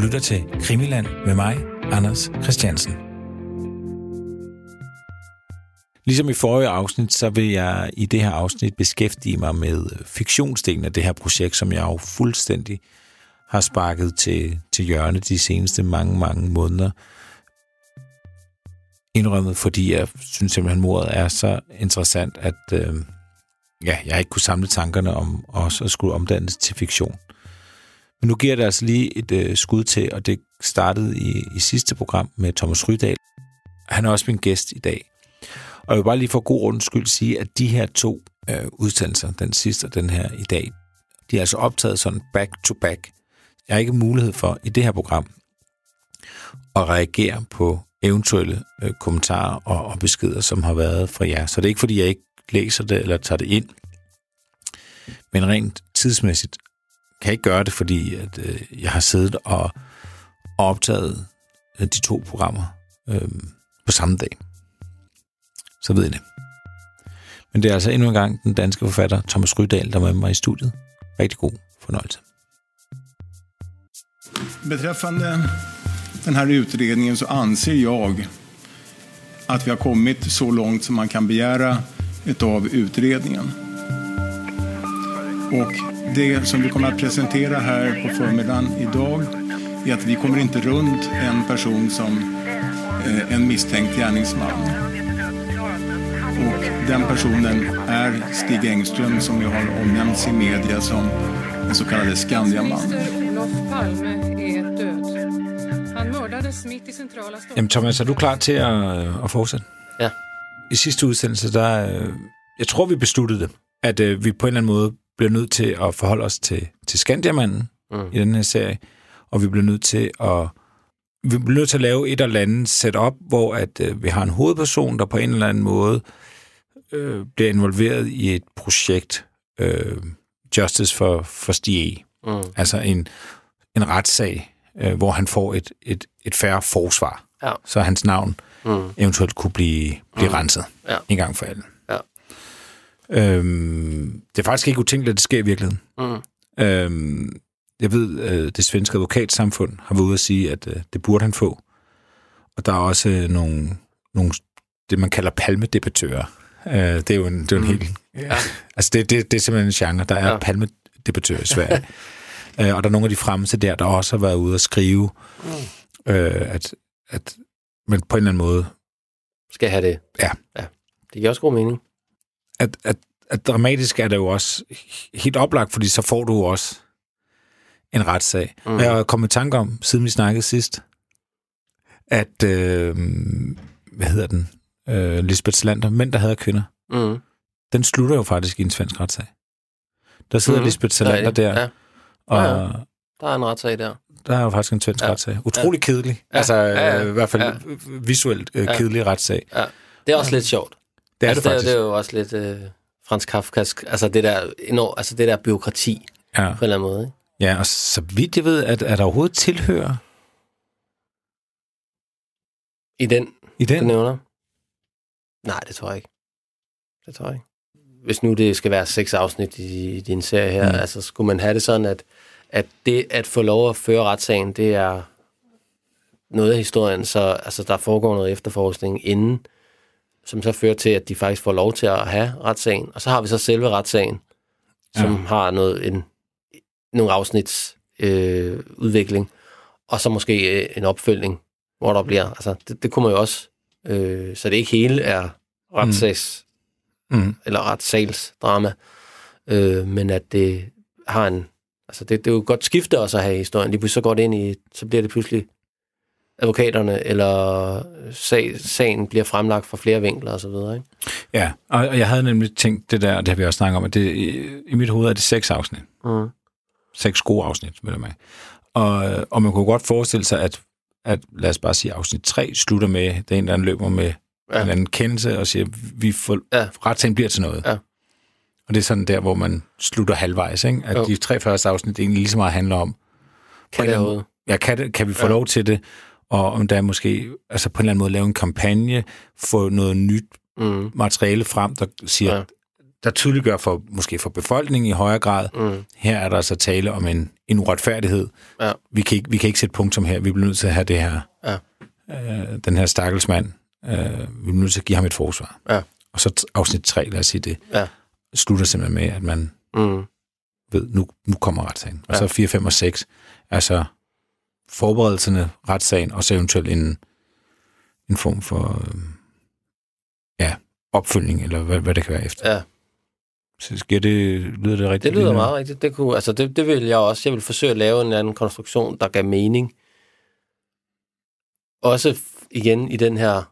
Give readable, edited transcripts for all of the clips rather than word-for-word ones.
lytter til Krimiland med mig, Anders Christiansen. Ligesom i forrige afsnit, så vil jeg i det her afsnit beskæftige mig med fiktionsdelen af det her projekt, som jeg jo fuldstændig har sparket til hjørne de seneste mange måneder. Indrømmet, fordi jeg synes simpelthen, mordet er så interessant, at jeg ikke kunne samle tankerne om også at skulle omdannes til fiktion. Men nu giver det altså lige et skud til, og det startede i sidste program med Thomas Rydahl. Han er også min gæst i dag. Og jeg vil bare lige for god ordens skyld sige, at de her to udsendelser, den sidste og den her i dag, de er altså optaget sådan back to back. Jeg har ikke mulighed for i det her program at reagere på eventuelle kommentarer og beskeder, som har været fra jer. Så det er ikke, fordi jeg ikke læser det eller tager det ind. Men rent tidsmæssigt kan jeg ikke gøre det, fordi at, jeg har siddet og optaget de to programmer på samme dag. Så ved I det. Men det er altså endnu en gang den danske forfatter Thomas Rydahl, der er med mig i studiet. Rigtig god fornøjelse. Beträffande den här utredningen så anser jag att vi har kommit så långt som man kan begära av utredningen. Och det som vi kommer att presentera här på förmiddagen idag är att vi kommer inte runt en person som en misstänkt gärningsman. Och den personen är Stig Engström, som ju har omnämnts i media som den så kallade Skandiamannen. Olof Palme är död. Han mördades mitt i centrala Stockholm. Jamen Thomas, er du klar til at fortsætte? Ja. I sidste udsendelse, jeg tror vi besluttede det, at vi på en eller anden måde bliver nødt til at forholde os til Skandiamannen i den her serie, og vi bliver nødt til at lave et eller andet setup, hvor at vi har en hovedperson, der på en eller anden måde bliver involveret i et projekt, Justice for Stig. Altså en retssag, hvor han får et fair forsvar, så hans navn eventuelt kunne blive renset en gang for alle. Ja. Det er faktisk ikke utænkeligt, at det sker i virkeligheden. Jeg ved, det svenske advokatsamfund har været ude at sige, at det burde han få. Og der er også nogle det man kalder palmedebattører. Det er jo en helt... Altså det er simpelthen en genre, der er palmedebattører i Sverige. Og der er nogle af de fremmeste der også har været ude at skrive, at man på en eller anden måde... Skal have det. Ja. Det giver også god mening. At dramatisk er det jo også helt oplagt, fordi så får du også en retssag. Og jeg har kommet i tanke om, siden vi snakkede sidst, at, Lisbeth Salander, Mænd, der hader kvinder, den slutter jo faktisk i en svensk retssag. Der sidder Lisbeth Salander der, og der er en retssag der. Der er jo faktisk en svensk retssag. Utrolig kedelig. I hvert fald visuelt kedelig retssag. Ja. Det er også lidt sjovt. Det er det faktisk. Det er jo også lidt Frans Kafkask, altså det der bureaukrati på en eller anden måde. Ikke? Ja, og så vidt jeg ved, at der overhovedet tilhører i den? Du nævner? Nej, det tror jeg ikke. Hvis nu det skal være 6 afsnit i din serie her, altså skulle man have det sådan, at det at få lov at føre retssagen, det er noget af historien, så altså, der foregår noget efterforskning inden, som så fører til, at de faktisk får lov til at have retssagen. Og så har vi så selve retssagen, som har nogle afsnits udvikling, og så måske en opfølgning, hvor der bliver, altså det kunne man jo også, så det ikke hele er retssags eller retssalsdrama, men at det har en, altså det er jo godt skifte også at have historien. Lige pludselig så går det ind i, så bliver det pludselig advokaterne, eller sagen bliver fremlagt fra flere vinkler og så videre, ikke? Ja, og jeg havde nemlig tænkt det der, og det har vi også snakket om, at det, i mit hoved er det 6 afsnit. 6 gode afsnit, vil jeg med. Og man kunne godt forestille sig, at lad os bare sige, afsnit 3 slutter med, det er en, der løber med en eller anden kendelse, og siger, retssagen bliver til noget. Ja. Og det er sådan der, hvor man slutter halvvejs, ikke? At de 3 første afsnit egentlig lige så meget handler om, kan vi få lov til det, og om der er måske, altså på en eller anden måde lave en kampagne, få noget nyt materiale frem, der siger, der tydeliggør måske for befolkningen i højere grad. Her er der altså tale om en uretfærdighed. Ja. Vi kan ikke sætte punktum her. Vi bliver nødt til at have det her, den her stakkelsmand. Vi bliver nødt til at give ham et forsvar. Ja. Og så afsnit 3, lad os sige det, slutter simpelthen med, at man ved, nu kommer retssagen. Og så 4, 5 og 6, altså forberedelserne, retssagen, og så eventuelt en form for opfølgning, eller hvad det kan være efter. Ja. Så lyder det rigtigt? Det lyder meget rigtigt. Det vil jeg også. Jeg vil forsøge at lave en anden konstruktion, der gav mening. Også igen i den her...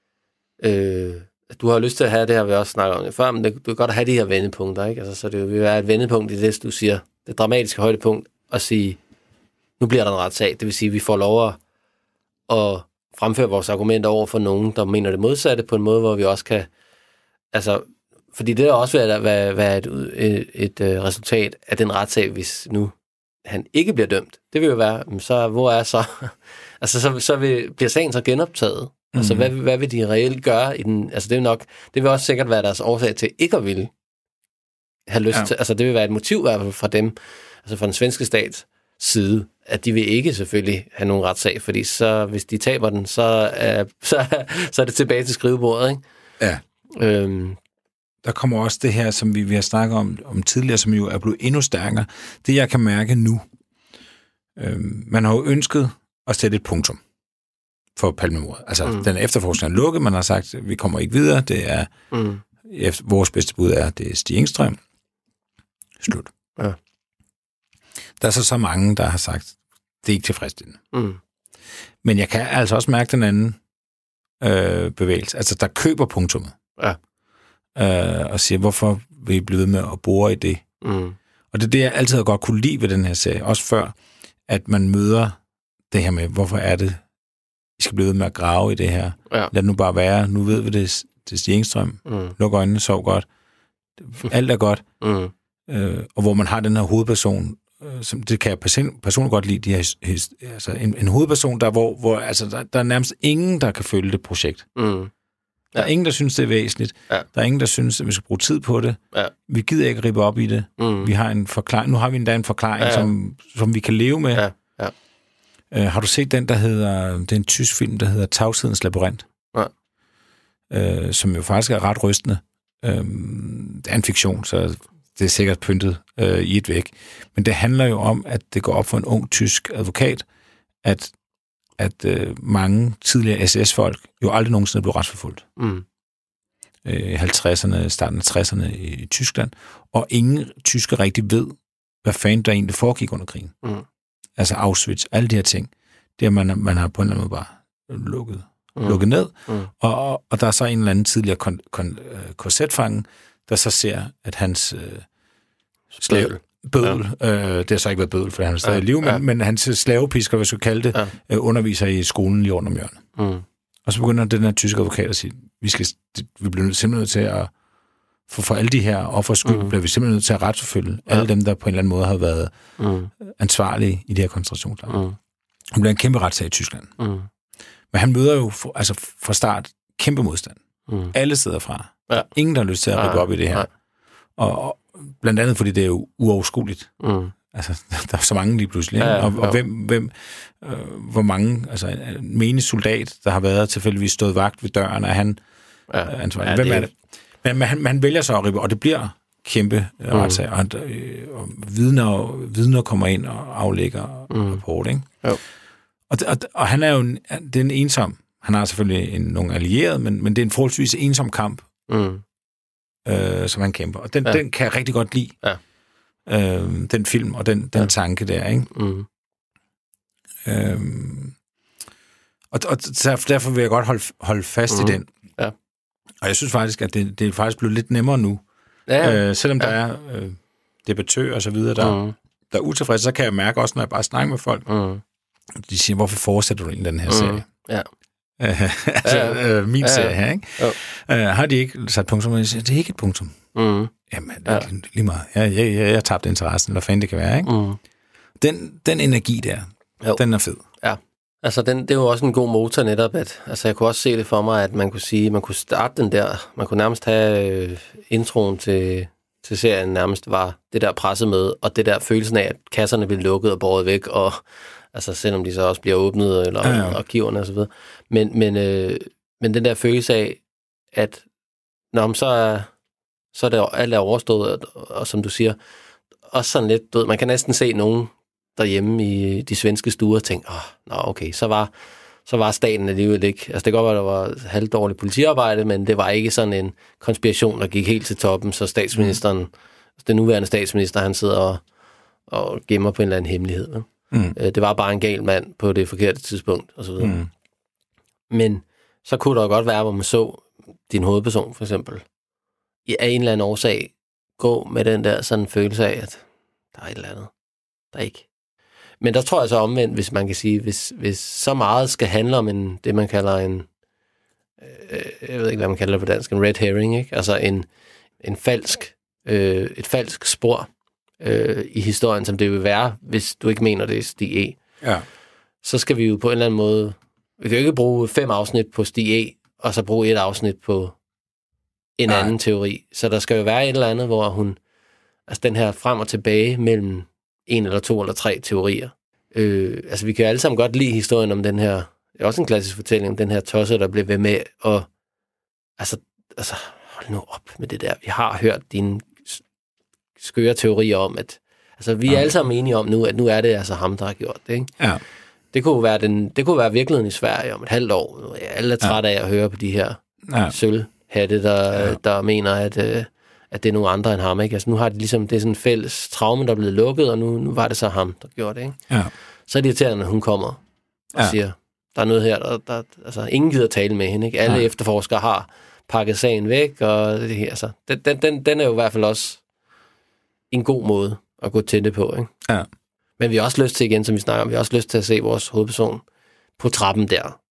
du har lyst til at have det her, vi også snakker om det før, men du kan godt have de her vendepunkter, ikke? Altså, så det vil være et vendepunkt i det, du siger, det dramatiske højdepunkt, at sige, nu bliver der en retssag. Det vil sige, at vi får lov at fremføre vores argumenter over for nogen, der mener det modsatte, på en måde, hvor vi også kan... Altså, fordi det er også være et resultat af den retssag, hvis nu han ikke bliver dømt. Det vil jo være, så hvor er så... Altså, så bliver sagen så genoptaget. Altså, hvad vil de reelt gøre i den... Altså, det vil også sikkert være deres årsag til ikke at ville have lyst til... Altså, det vil være et motiv i hvert fald fra dem, altså fra den svenske stats side, at de vil ikke selvfølgelig have nogen retssag, fordi så, hvis de taber den, så er det tilbage til skrivebordet, ikke? Ja. Der kommer også det her, som vi har snakket om tidligere, som jo er blevet endnu stærkere. Det, jeg kan mærke nu, man har jo ønsket at sætte et punktum for Palmemordet. Altså, den efterforskning er lukket, man har sagt, vi kommer ikke videre, det er, vores bedste bud er, det er Stig Engström. Slut. Ja. Der er så mange, der har sagt, det er ikke tilfredsstillende. Men jeg kan altså også mærke den anden bevægelse. Altså, der køber punktummet. Ja. Og siger, hvorfor vil I blive ved med at bore i det? Og det er det, jeg altid har godt kunne lide ved den her serie, også før, at man møder det her med, hvorfor er det, I skal blive ved med at grave i det her. Ja. Lad det nu bare være. Nu ved vi det er Stig Engström. Luk øjnene, sov godt. Alt er godt. Og hvor man har den her hovedperson, som det kan jeg personligt godt lide, altså en hovedperson, hvor altså, der er nærmest ingen, der kan følge det projekt. Der er ingen, der synes, det er væsentligt. Ja. Der er ingen, der synes, at vi skal bruge tid på det. Ja. Vi gider ikke rippe op i det. Vi har en forklaring. Nu har vi endda en forklaring, som vi kan leve med. Ja. Ja. Har du set den, der hedder... Det er en tysk film, der hedder Tavshedens Labyrint. Ja. Som jo faktisk er ret rystende. Det er en fiktion, så det er sikkert pyntet i et væk. Men det handler jo om, at det går op for en ung tysk advokat, at mange tidligere SS-folk jo aldrig nogensinde blev retsforfulgt. 50'erne, starten af 60'erne i Tyskland, og ingen tysker rigtig ved, hvad fanden der egentlig foregik under krigen. Altså Auschwitz, alle de her ting. Det er, man har på en eller anden måde bare lukket ned, og der er så en eller anden tidligere korsetfange, der så ser, at hans bødel, det har så ikke været bødel, for han er stadig i liv, men hans slavepisker, hvis du kalde det, underviser i skolen lige under hjørnet. Og så begynder den her tyske advokat at sige, vi bliver simpelthen nødt til at, for alle de her offers skyld, bliver vi simpelthen nødt til at retsforfølge alle dem, der på en eller anden måde har været ansvarlige i de her koncentrationslejre. Det bliver en kæmpe retssag i Tyskland. Men han møder jo fra start kæmpe modstand. Alle steder fra. Ingen, der har lyst til at rippe op i det her. Og blandt andet, fordi det er jo uoverskueligt. Altså, der er så mange lige pludselig. Og hvor mange, altså en menig soldat, der har været tilfældigvis stået vagt ved døren, er han ansvarlig. Hvem er det? Men han vælger så at rippe, og det bliver kæmpe retssag, og vidner kommer ind og aflægger rapport, ikke? Jo. Og han er jo det er en ensom. Han har selvfølgelig nogle allierede, men det er en forholdsvis ensom kamp, som han kæmper. Og den kan jeg rigtig godt lide. Ja. Den film og den tanke der, ikke? Og derfor vil jeg godt holde fast i den. Ja. Og jeg synes faktisk, at det er faktisk blevet lidt nemmere nu. Selvom der er debattører og så videre, der er utilfredse, så kan jeg mærke også, når jeg bare snakker med folk, de siger, hvorfor fortsætter du egentlig den her serie? Ja. Min serie her, ikke? Har de ikke sat punktum? Jeg siger, det er ikke et punktum. Jamen, lige meget. Jeg tabte interessen, eller fanden det kan være, ikke? Den energi der, den er fed. Ja. Altså, det er jo også en god motor netop, at altså, jeg kunne også se det for mig, at man kunne sige, man kunne starte den der, man kunne nærmest have introen til serien nærmest var det der pressemøde, og det der følelsen af, at kasserne bliver lukket og båret væk, og altså selvom de så også bliver åbnet, eller arkiverne og så videre. Men den der følelse af, at så er det alt er overstået, og som du siger, også sådan lidt død. Man kan næsten se nogen derhjemme i de svenske stuer og tænke, okay, så var staten alligevel ikke. Altså det kan godt være, der var halvdårligt politiarbejde, men det var ikke sådan en konspiration, der gik helt til toppen, så statsministeren, den nuværende statsminister, han sidder og gemmer på en eller anden hemmelighed. Det var bare en gal mand på det forkerte tidspunkt, og så videre. Men så kunne der godt være, hvor man så din hovedperson, for eksempel, af en eller anden årsag, gå med den der sådan følelse af, at der er et eller andet, der ikke. Men der tror jeg så omvendt, hvis man kan sige, hvis så meget skal handle om det man kalder jeg ved ikke, hvad man kalder det på dansk, en red herring, ikke? Altså et falsk spor i historien, som det vil være, hvis du ikke mener, det er Stig E. Ja. Så skal vi jo på en eller anden måde, vi kan jo ikke bruge 5 afsnit på Stig E, og så bruge 1 afsnit på en anden teori. Så der skal jo være et eller andet, hvor hun, altså den her frem og tilbage mellem 1 eller 2 eller 3 teorier. Altså vi kan alle sammen godt lide historien om den her, det er også en klassisk fortælling om den her tosse, der bliver ved med, og altså hold nu op med det der. Vi har hørt dine skøre teorier om, at altså vi er alle sammen enige om nu, at nu er det altså ham, der har gjort det, ikke? Ja. Det kunne være virkeligheden i Sverige om et halvt år. Alle er trætte af at høre på de her sølvhatte, der mener, at det er nogle andre end ham, ikke? Altså nu har de ligesom, det er sådan en fælles traume, der er blevet lukket, og nu var det så ham, der gjorde det, ikke? Ja. Så er det irriterende, at hun kommer og siger, der er noget her, der altså ingen gider tale med hende, ikke? Alle efterforskere har pakket sagen væk, og det her, altså, den er jo i hvert fald også en god måde at gå til det på, ikke? Ja. Men vi har også lyst til, igen, som vi snakker om, vi har også lyst til at se vores hovedperson på trappen der,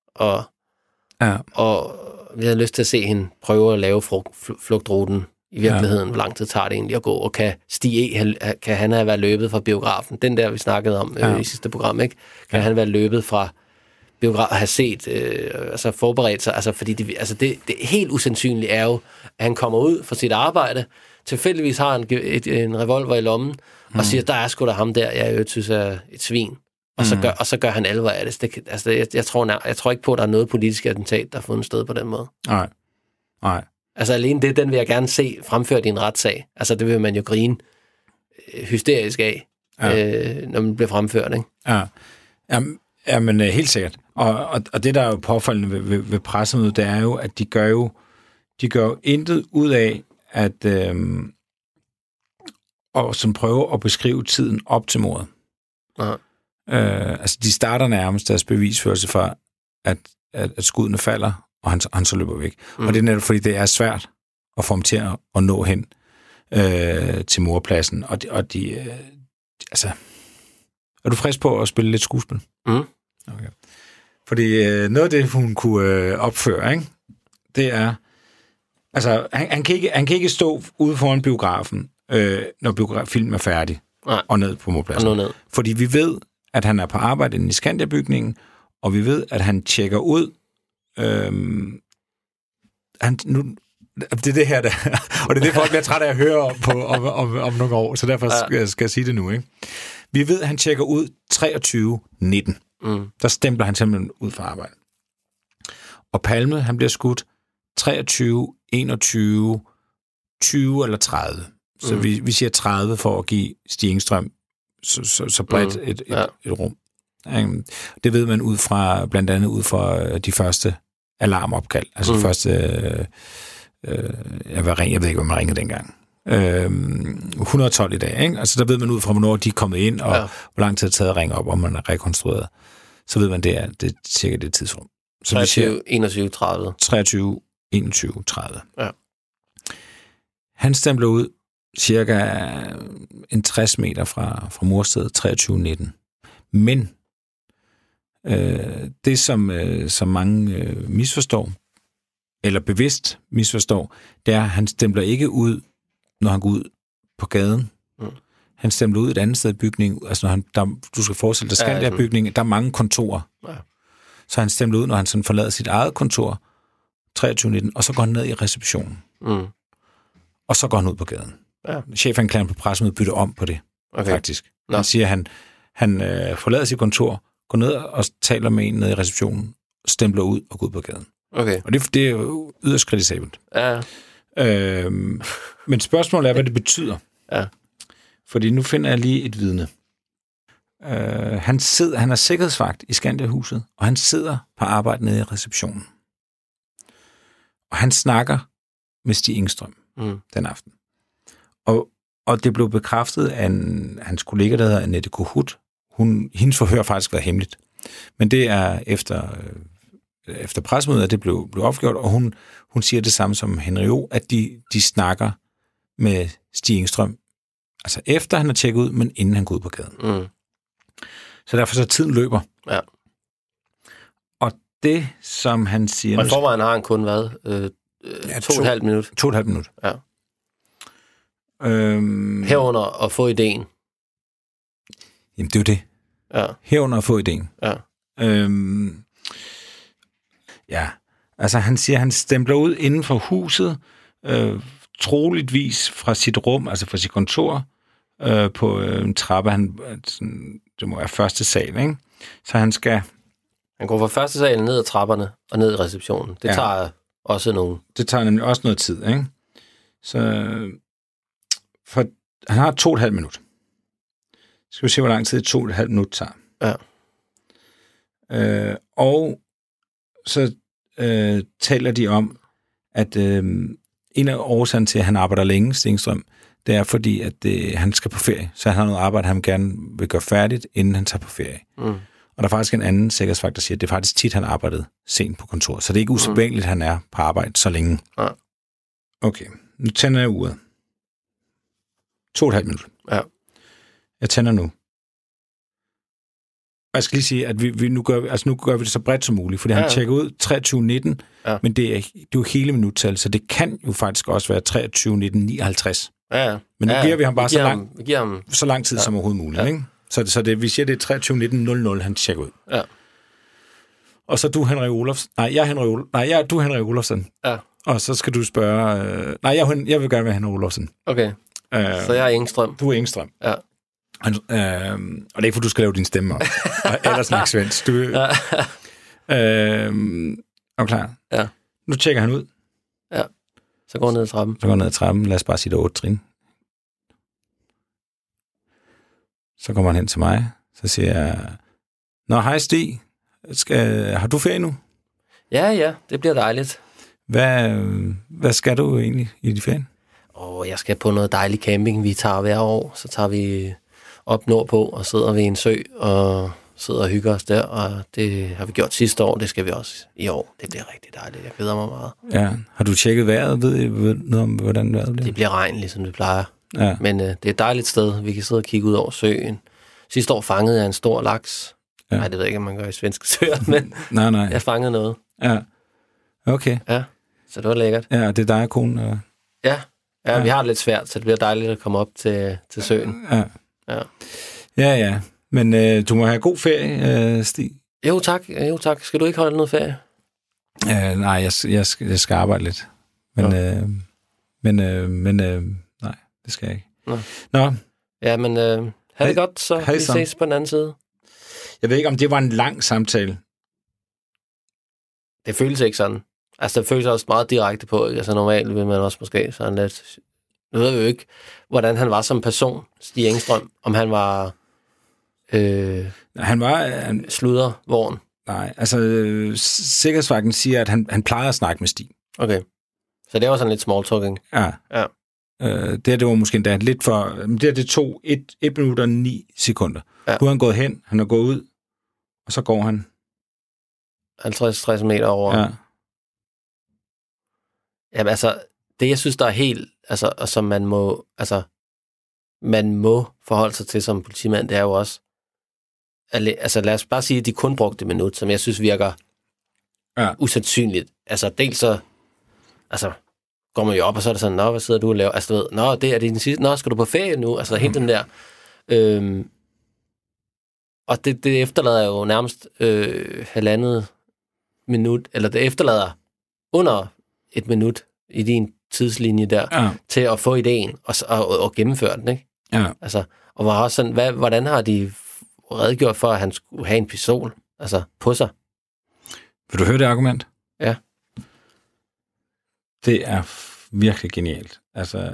og vi har lyst til at se hende prøve at lave flugtruten i virkeligheden. Hvor lang tid tager det egentlig at gå, og kan Stig E, kan han have været løbet fra biografen? Den der, vi snakkede om i sidste program, ikke? Kan han være løbet fra biografen, have set, altså forberedt sig, altså fordi det helt usandsynlige er jo, at han kommer ud fra sit arbejde, tilfældigvis har en revolver i lommen, og siger, der er sgu da ham der, jeg synes er et svin. Og så gør han alvor af det. Jeg tror ikke på, at der er noget politisk attentat, der har fundet sted på den måde. Nej. Altså alene det, den vil jeg gerne se fremført i en retssag. Altså det vil man jo grine hysterisk af, når man bliver fremført, ikke? Ja, men helt sikkert. Og det, der er jo påfaldende ved pressemødet, det er jo, at de gør jo intet ud af, at og som prøver at beskrive tiden op til mordet. Altså, de starter nærmest deres bevisførelse for, at skuddene falder, og han så løber væk. Og det er netop, fordi det er svært at få ham til at nå hen til mordpladsen. Og de altså... Er du frisk på at spille lidt skuespil? Okay. Fordi noget af det, hun kunne opføre, ikke? Det er... Altså, han kan ikke stå ude foran biografen, når filmen er færdig, og ned på mordpladsen. Fordi vi ved, at han er på arbejde inde i Skandia-bygningen, og vi ved, at han tjekker ud. Det er det her, der, og det er det, folk bliver træt af at høre om nogle år, så derfor skal jeg sige det nu, ikke? Vi ved, at han tjekker ud 23.19. Der stempler han simpelthen ud fra arbejde. Og Palme, han bliver skudt 23, 21, 20 eller 30. Så vi siger 30 for at give Stig Engstrøm så bredt et rum. Det ved man blandt andet ud fra de første alarmopkald. Altså de første... jeg ved ikke, hvor man ringede dengang. 112 i dag, ikke? Altså der ved man ud fra, hvornår de er kommet ind, og hvor lang tid det har taget at ringe op, om man er rekonstrueret. Så ved man, det er cirka det tidsrum. Så 23, 21, 30. 23, 21, 30. Ja. Han stempler ud cirka en 60 meter fra morstedet, 23.19. Men det, som mange misforstår, eller bevidst misforstår, det er, at han stempler ikke ud, når han går ud på gaden. Han stempler ud et andet sted i bygningen. Altså, når du skal forestille dig, Skandia-bygningen, der er mange kontorer. Ja. Så han stempler ud, når han sådan forlader sit eget kontor, 23.19, og så går han ned i receptionen. Og så går han ud på gaden. Ja. Chefanklageren på pressemødet bytter om på det, faktisk. Han siger, han forlader sit kontor, går ned og taler med en nede i receptionen, stempler ud og går ud på gaden. Okay. Og det er jo yderst kritisabelt. Ja. Men spørgsmålet er, hvad det betyder. Ja. Fordi nu finder jeg lige et vidne. Han er sikkerhedsvagt i Skandia-huset, og han sidder på arbejde nede i receptionen. Og han snakker med Stig Engstrøm den aften. Og det blev bekræftet af hans kollega, der hedder Annette Kohut. Hendes forhør har faktisk været hemmeligt. Men det er efter pressemødet, at det blev opgjort, og hun siger det samme som Henry O., at de snakker med Stig Engstrøm, altså efter han har tjekket ud, men inden han går ud på gaden. Så derfor så tiden løber. Ja. Og det, som han siger... Og i forvejen har han kun været 2,5 minut. 2,5 minut. Ja. Herunder at få ideen. Jamen, det er jo det. Ja. Herunder at få ideen. Ja. Ja, altså han siger, han stempler ud inden for huset, troligtvis fra sit rum, altså fra sit kontor, på en trappe, det må være første sal, ikke? Så han skal... Han går fra første sal ned ad trapperne og ned i receptionen. Det tager også nogle... Det tager nemlig også noget tid, ikke? Så for han har 2,5 minut. Skal vi se, hvor lang tid 2,5 minut tager. Ja. Og så taler de om, at en af årsagen til, at han arbejder længe, Stig Engstrøm, det er fordi, at han skal på ferie. Så han har noget arbejde, han gerne vil gøre færdigt, inden han tager på ferie. Og der er faktisk en anden sikkerhedsvagt, der siger, at det er faktisk tit, han arbejdede sent på kontoret. Så det er ikke usædvanligt, at han er på arbejde så længe. Ja. Okay, nu tænder jeg uret. 2,5 minutter. Ja. Jeg tænder nu. Og jeg skal lige sige, at nu gør vi det så bredt som muligt, fordi han tjekker ud 23.19, men det er jo hele minuttal, så det kan jo faktisk også være 23.19.59. Ja. Men nu giver vi ham bare så lang tid som overhovedet muligt, ikke? Så det, vi siger, det er 23.19.00, han tjekker ud. Ja. Og så du, Henry Olofsen. Du, Henry Olofsen. Ja. Og så skal du spørge... jeg vil gerne være Henry Olofsen. Okay. Så jeg er Engstrøm. Du er Engstrøm. Ja. Og det er ikke, for du skal lave din stemme op. Eller snakke svensk. Er klar? Ja. Nu tjekker han ud. Ja. Så går han ned ad trappen. Lad os bare sige, det er 8 trin. Så kommer han hen til mig. Så siger jeg, nå, hej Stig. Har du ferie nu? Ja, det bliver dejligt. Hvad skal du egentlig i de ferien? Jeg skal på noget dejlig camping, vi tager hver år. Så tager vi op nordpå og sidder ved en sø og sidder og hygger os der. Og det har vi gjort sidste år, det skal vi også i år. Det bliver rigtig dejligt, jeg glæder mig meget. Ja, har du tjekket vejret? Ved I noget om, hvordan vejret bliver? Det bliver regn, ligesom det plejer. Ja. Men det er et dejligt sted, vi kan sidde og kigge ud over søen. Sidste år fangede jeg en stor laks. Ja. Nej, det ved jeg ikke, om man gør i svenske søer, men nej. Jeg fangede noget. Ja, okay. Ja, så det var lækkert. Ja, det er dig og konen. Ja, vi har det lidt svært, så det bliver dejligt at komme op til søen. Ja. Men du må have god ferie, Stig. Jo tak. Skal du ikke holde noget ferie? Nej, jeg skal arbejde lidt. Men nej, det skal jeg ikke. Nå. Ja, men have det godt, så vi ses på den anden side. Jeg ved ikke, om det var en lang samtale. Det føles ikke sådan. Altså, det føles også meget direkte på. Altså, normalt vil man også måske sådan lidt... Nu ved vi jo ikke, hvordan han var som person, Stig Engstrøm. Om han var... Han var... Sludervogn. Nej, altså, sikkerhedsvagten siger, at han plejer at snakke med Stig. Okay. Så det var sådan lidt small talking. Ja. Det var måske endda lidt for... Det tog 1 minut og 9 sekunder. Ja. Nu er han gået hen, han er gået ud, og så går han... 50-60 meter over. Ja. Jamen altså, det jeg synes, der er helt... Altså, og som man må forholde sig til som politimand, det er jo også... Altså, lad os bare sige, at de kun brugte et minut, som jeg synes virker usandsynligt. Altså, dels så... Altså, går man jo op, og så er det sådan, nå, hvad sidder du og laver? Altså, du ved, nå, det er din sidste... Nå, skal du på ferie nu? Altså, helt den der... Og det efterlader jo nærmest 1,5 minut, eller det efterlader under 1 minut i din tidslinje der, til at få ideen og gennemføre den, ikke? Ja. Altså, og var også sådan, hvordan har de redegjort for, at han skulle have en pistol, altså på sig? Vil du høre det argument? Ja. Det er virkelig genialt. Altså,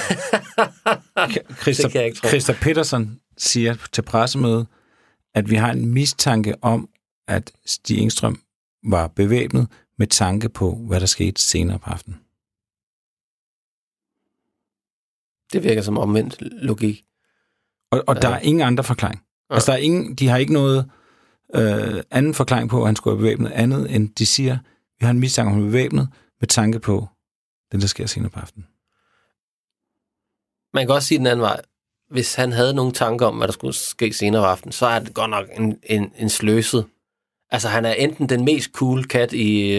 Christer Petersen siger til pressemødet, at vi har en mistanke om, at Stig Engstrøm var bevæbnet med tanke på, hvad der skete senere på aftenen. Det virker som omvendt logik. Og der er ingen andre forklaring. Ja. Altså, de har ikke noget anden forklaring på, at han skulle være bevæbnet, andet end de siger, vi har en mistanke om, at han er bevæbnet med tanke på den, der sker senere på aftenen. Man kan også sige den anden vej. Hvis han havde nogle tanker om, hvad der skulle ske senere på aftenen, så er det godt nok en sløset. Altså, han er enten den mest cool kat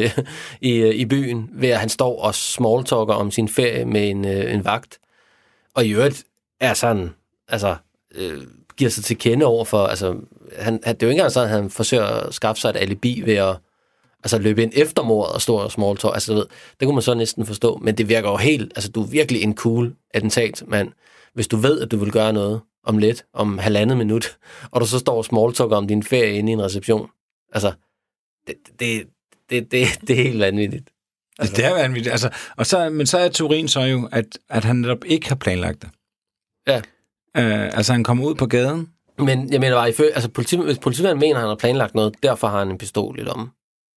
i byen, ved at han står og smalltalker om sin ferie med en vagt, og i øvrigt er sådan, altså, giver sig til kende over for, altså, det er jo ikke engang sådan, at han forsøger at skaffe sig et alibi ved at løbe ind efter mordet og stå og smalltalk, altså, det kunne man så næsten forstå, men det virker jo helt, altså, du er virkelig en cool attentatmand, hvis du ved, at du vil gøre noget om lidt, om 1,5 minut, og du så står og smalltalker om din ferie inde i en reception. Altså, det er helt vanvittigt. Altså. Det er vanvittigt. Altså, men så er teorien så jo, at han netop ikke har planlagt det. Ja. Altså, han kommer ud på gaden. Men jeg mener bare, hvis politimanden mener, at han har planlagt noget, derfor har han en pistol i lommen.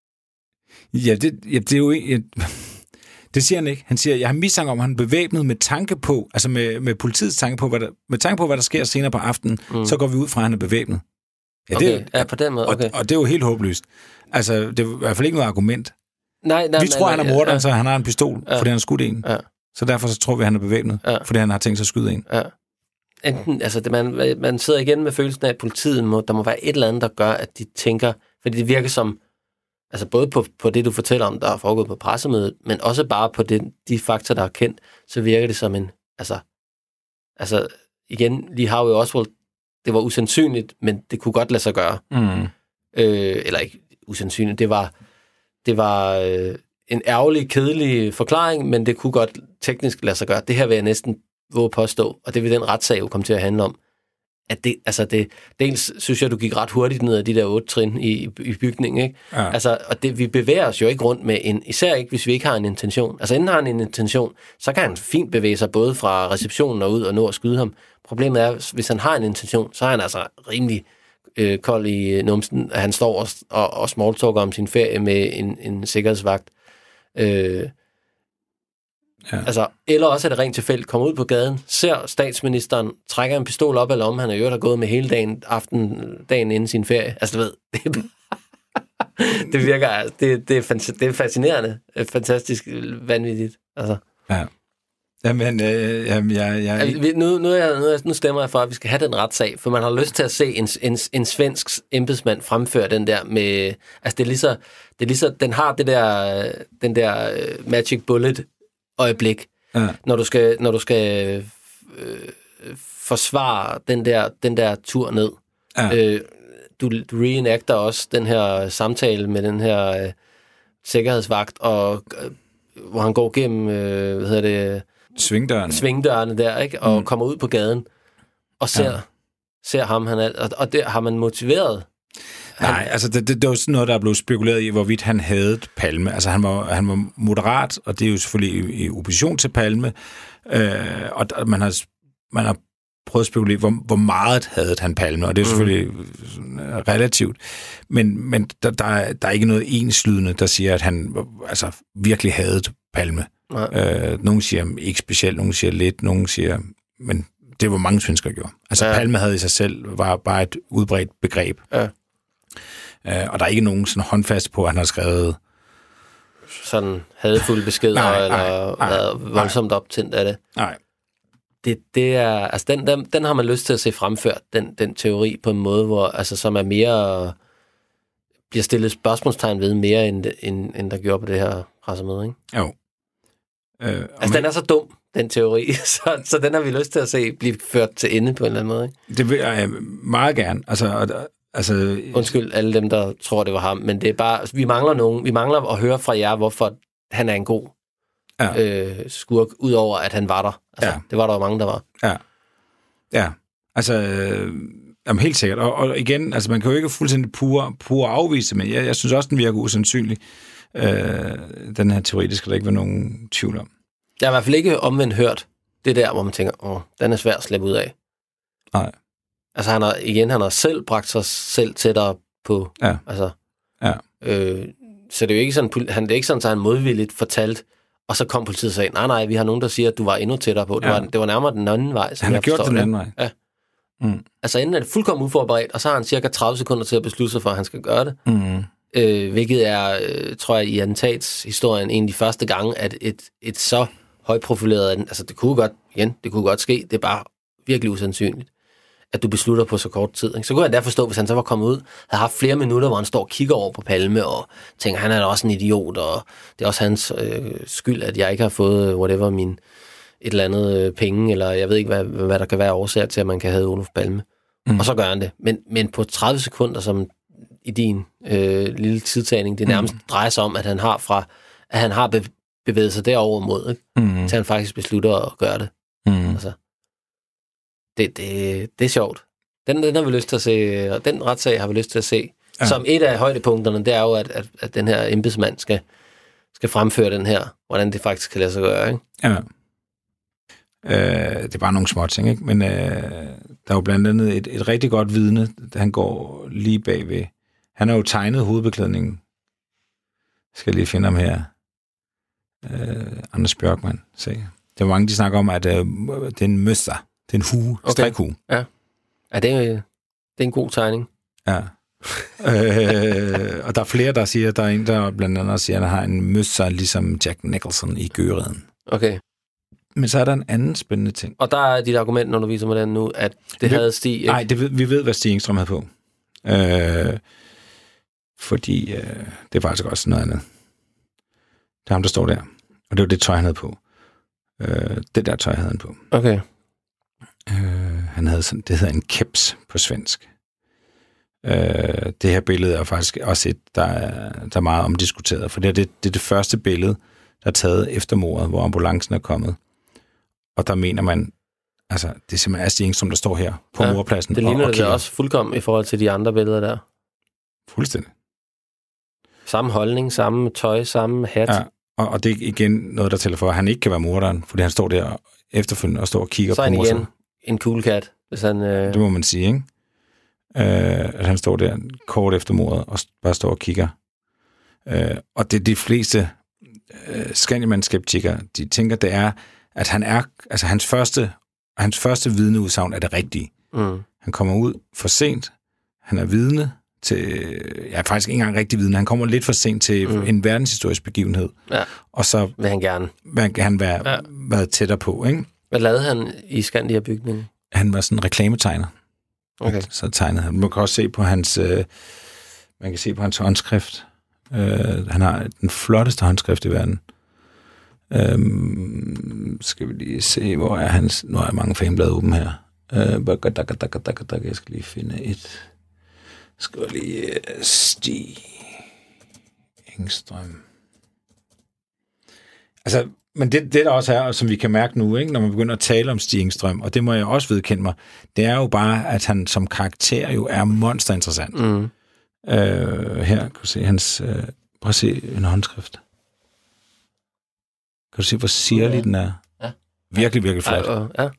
Ja, det er jo ikke... Det siger han ikke. Han siger, jeg har mistanke om, at han er bevæbnet med tanke på, altså med politiets tanke på, hvad der sker senere på aftenen, så går vi ud fra, at han er bevæbnet. Ja, okay, på den måde, okay. Og det er jo helt håbløst. Altså, det er i hvert fald ikke noget argument. Nej, vi tror, han er morderen, så han har en pistol, fordi han har skudt en. Ja. Så derfor så tror vi, at han er bevæbnet, fordi han har tænkt sig at skyde en. Ja. Enten, altså, man sidder igen med følelsen af, at politiet der må være et eller andet, der gør, at de tænker, fordi det virker som, altså både på det, du fortæller om, der er foregået på pressemødet, men også bare på de fakta, der er kendt, så virker det som en, altså igen, Lee Harvey Oswald, det var usandsynligt, men det kunne godt lade sig gøre. Eller ikke usandsynligt, det var en ærgerlig, kedelig forklaring, men det kunne godt teknisk lade sig gøre. Det her vil jeg næsten våge påstå, og det vil den retssag jo komme til at handle om. At dels synes jeg, du gik ret hurtigt ned ad de der 8 trin i bygningen, ikke? Ja. Altså, og vi bevæger os jo ikke rundt med især ikke, hvis vi ikke har en intention. Altså, inden har han en intention, så kan han fint bevæge sig både fra receptionen og ud og nå at skyde ham. Problemet er, hvis han har en intention, så er han altså rimelig kold i numsen, at han står og smalltalker om sin ferie med en sikkerhedsvagt. Altså, eller også er det rent tilfældigt, kommer ud på gaden, ser statsministeren, trækker en pistol op af lommen, han er jo der gået med hele dagen inden sin ferie. Altså, du ved, det virker, det er fascinerende, fantastisk vanvittigt. Altså. Ja. Jamen, nu stemmer jeg for, at vi skal have den retssag, for man har lyst til at se en svensk embedsmand fremføre den der med, altså det er lige så den har den der magic bullet øjeblik, når du skal forsvare den der tur ned. Ja. Du reenacter også den her samtale med den her sikkerhedsvagt, og hvor han går gennem svingdørene der, ikke? Og kommer ud på gaden og ser ham, og det har man motiveret. Nej, altså det var sådan noget, der er blevet spekuleret i, hvorvidt han havde Palme. Altså han var moderat, og det er jo selvfølgelig i opposition til Palme, og man har prøvet at spekulere, hvor meget havde han Palme, og det er jo selvfølgelig relativt. Men der er ikke noget enslydende, der siger, at han altså virkelig havde Palme. Nogle siger ikke specielt, nogle siger lidt, nogle siger, men det var mange svenskere gjorde. Altså Palme havde i sig selv, var bare et udbredt begreb. Ja. Og der er ikke nogen sådan håndfast på, at han har skrevet sådan hadefulde beskeder, eller været voldsomt optændt af det. Nej. Det er, altså den har man lyst til at se fremført, den teori, på en måde, hvor, altså, som er mere, bliver stillet spørgsmålstegn ved mere, end der gjorde på det her pressemøde, ikke? Jo. Altså, den er så dum, den teori, så den har vi lyst til at se blive ført til ende på en eller anden måde, ikke? Det vil jeg meget gerne. Altså, altså... Undskyld alle dem, der tror, det var ham, men det er bare... Vi mangler at høre fra jer, hvorfor han er en god skurk, udover at han var der. Altså, det var der jo mange, der var. Ja. Altså... Jamen, helt sikkert. Og igen, altså man kan jo ikke fuldstændig pure afvise, men jeg synes også, den virker usandsynlig. Den her teori, det skal der ikke være nogen tvivl om. Jeg har i hvert fald ikke omvendt hørt det der, hvor man tænker, den er svær at slippe ud af. Nej. Altså han har selv bragt sig selv tættere på. Ja. Altså, så det er jo ikke sådan, det er ikke sådan, at han modvilligt fortalt, og så kom politiet og sagde, nej, vi har nogen, der siger, at du var endnu tættere på. Det var nærmere den anden vej. Han har gjort den anden vej. Ja. Altså inden er det fuldkommen uforberedt, og så har han cirka 30 sekunder til at beslutte sig for, at han skal gøre det. Hvilket er, tror jeg, i attentatshistorien en af de første gange, at et så højprofileret, altså det kunne godt ske, det er bare virkelig usandsynligt, at du beslutter på så kort tid. Ikke? Så kunne jeg da forstå, hvis han så var kommet ud, havde haft flere minutter, hvor han står og kigger over på Palme, og tænker, han er da også en idiot, og det er også hans skyld, at jeg ikke har fået whatever min et eller andet penge, eller jeg ved ikke, hvad der kan være årsager til, at man kan have Olof Palme. Og så gør han det. Men på 30 sekunder, som i din lille tidtagning, det nærmest drejer sig om, at han har bevæget sig derover mod, ikke? Til han faktisk beslutter at gøre det. Altså, det er sjovt. Den har vi lyst til at se, og den retssag har vi lyst til at se. Ja. Som et af højdepunkterne, det er jo, at den her embedsmand skal fremføre den her, hvordan det faktisk kan lade sig gøre, ikke? Ja. Det er bare nogle små ting, ikke? Men der er jo blandt andet et rigtig godt vidne, han går lige bagved. Han har jo tegnet hovedbeklædningen. Jeg skal lige finde ham her. Anders Bjørkman. Se. Der er mange, de snakker om, at det er en møster. Det er en hue. Okay. Strikhue. Ja. Det er en god tegning. Ja. Og der er flere, der siger, der er en, der blandt andet siger, at han har en møster, ligesom Jack Nicholson i Gøreden. Okay. Men så er der en anden spændende ting. Og der er dit argument, når du viser mig den nu, at det havde Stig ikke? Nej, vi ved, hvad Stig Engstrøm havde på. Fordi det er faktisk også noget andet. Det er ham, der står der. Og det var det tøj, han havde på. Det der tøj havde han på. Okay. Han havde sådan, det hedder en keps på svensk. Det her billede er faktisk også et, der er meget omdiskuteret. For det er det første billede, der er taget efter mordet, hvor ambulancen er kommet. Og der mener man, altså, det er simpelthen Stig Engstrøm, der står her på mordpladsen. Det ligner det også fuldkommen i forhold til de andre billeder der. Fuldstændig. Samme holdning, samme tøj, samme hat. Ja, og det er igen noget, der tæller for, at han ikke kan være morderen, fordi han står der efterfølgende og står og kigger på mordet. Så er han igen en cool cat, hvis han... Det må man sige, ikke? At han står der kort efter mordet og bare står og kigger. Og det de fleste Scandiman-skeptikere, de tænker, det er, at han er, altså hans første vidneudsagn er det rigtige. Han kommer ud for sent, han er vidne til, faktisk ikke engang rigtig vidne, han kommer lidt for sent til en verdenshistorisk begivenhed. Ja. Og så vil han gerne være tættere på, ikke? Hvad lavede han i Scandia-bygningen? Han var sådan en reklametegner. Okay. Så tegnede han. Man kan også se på hans håndskrift. Han har den flotteste håndskrift i verden. Skal vi lige se, hvor er hans... Nu har jeg mange faneblade åbne her. Jeg skal lige finde et... Skal jeg lige... Stig Engstrøm. Altså, men det der også er, og som vi kan mærke nu, ikke, når man begynder at tale om Stig Engstrøm, og det må jeg også vedkende mig, det er jo bare, at han som karakter jo er monsterinteressant. Her kan du se hans... prøv at se en håndskrift. Kan du se, hvor sirlig den er? Ja. Virkelig, virkelig flot. Ja.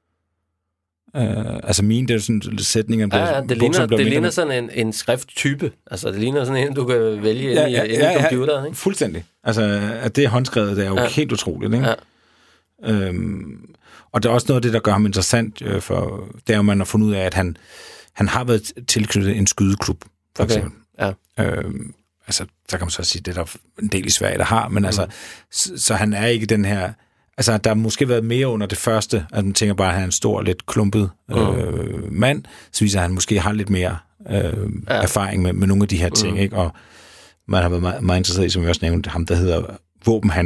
Altså min, det er sådan sætningen... Det ligner sådan en skrifttype. Altså det ligner sådan en, du kan vælge ind i computeren, ikke? Fuldstændig. Altså at det er håndskrevet, det er jo helt utroligt, ikke? Ja. Og det er også noget af det, der gør ham interessant, for det er jo, man har fundet ud af, at han har været tilknyttet en skydeklub, for eksempel. Ja. Altså, der kan man så sige, det er der en del i Sverige, der har, men altså, så han er ikke den her... Altså, der har måske været mere under det første, at man tænker bare, at han er en stor, lidt klumpet mand, så viser at han måske har lidt mere erfaring med nogle af de her ting, ikke? Og man har været meget, meget interesseret i, som vi også nævnte, ham, der hedder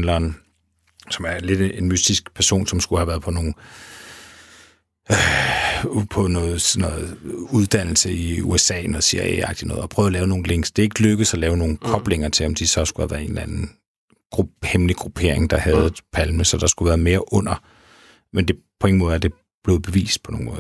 våbenhandleren, som er lidt en mystisk person, som skulle have været på nogle på sådan noget uddannelse i USA, noget CIA-agtigt noget, og prøvede at lave nogle links. Det er ikke lykkedes at lave nogle koblinger til, om de så skulle have været en eller anden hemmelig gruppering, der havde Palme, så der skulle være mere under. Men det på ingen måde er det blevet bevist på nogen måde.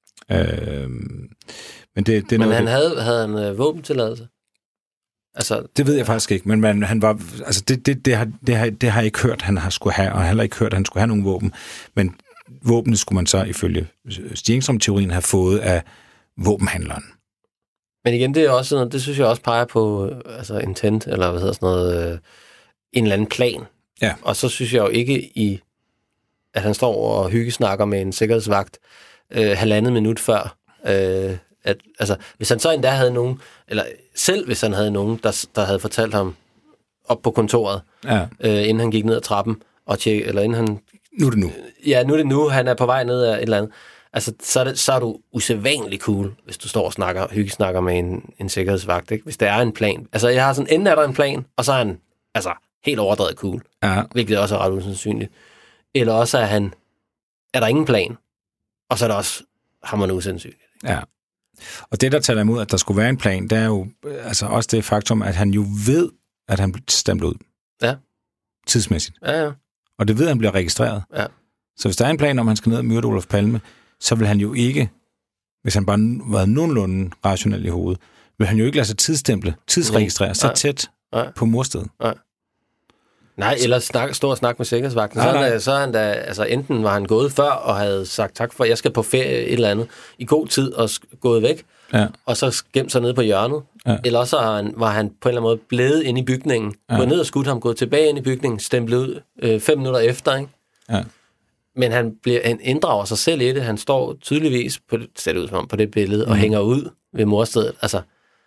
Men han havde en våbentilladelse? Altså, det ved jeg faktisk ikke, men han var, altså det har jeg ikke hørt, han skulle have, og jeg har heller ikke hørt, at han skulle have nogen våben. Men våbnet skulle man så ifølge Stig Engström-teorien have fået af våbenhandleren. Men igen, det er også noget, det synes jeg også peger på altså intent, eller hvad hedder sådan noget, en eller anden plan. Ja. Og så synes jeg jo ikke at han står og hyggesnakker med en sikkerhedsvagt 1,5 minut før. Altså, hvis han så endda havde nogen, eller selv hvis han havde nogen, der havde fortalt ham op på kontoret, inden han gik ned ad trappen, og eller inden han... Nu er det nu. Ja, nu er det nu. Han er på vej ned af et eller andet. Altså, så er du usædvanligt cool, hvis du står og hyggesnakker med en sikkerhedsvagt, ikke? Hvis der er en plan. Altså, jeg har sådan, enten er der en plan, og så er han altså helt overdrevet cool. Ja. Hvilket også er ret usandsynligt. Eller også er der ingen plan, og så er der også hammerende usandsynligt. Ja. Og det, der taler imod, at der skulle være en plan, det er jo altså også det faktum, at han jo ved, at han bliver stemt ud. Ja. Tidsmæssigt. Ja. Og det ved, at han bliver registreret. Ja. Så hvis der er en plan om, at han skal ned og myrde Olof Palme, så vil han jo ikke, hvis han bare var nogenlunde rationel i hovedet, vil han jo ikke lade sig tidsregistrere så tæt på morstedet. Nej, eller stå og snakke med sikkerhedsvagten. Så er han da, altså enten var han gået før og havde sagt tak for, jeg skal på ferie et eller andet, i god tid og gået væk, og så gemt sig nede på hjørnet. Ja. Eller også var han på en eller anden måde blevet inde i bygningen, gået ned og skudt ham, gået tilbage ind i bygningen, stemplet ud 5 minutter efter, ikke? Ja. Men han inddrager sig selv i det. Han står tydeligvis på det billede og hænger ud ved morstedet. Altså,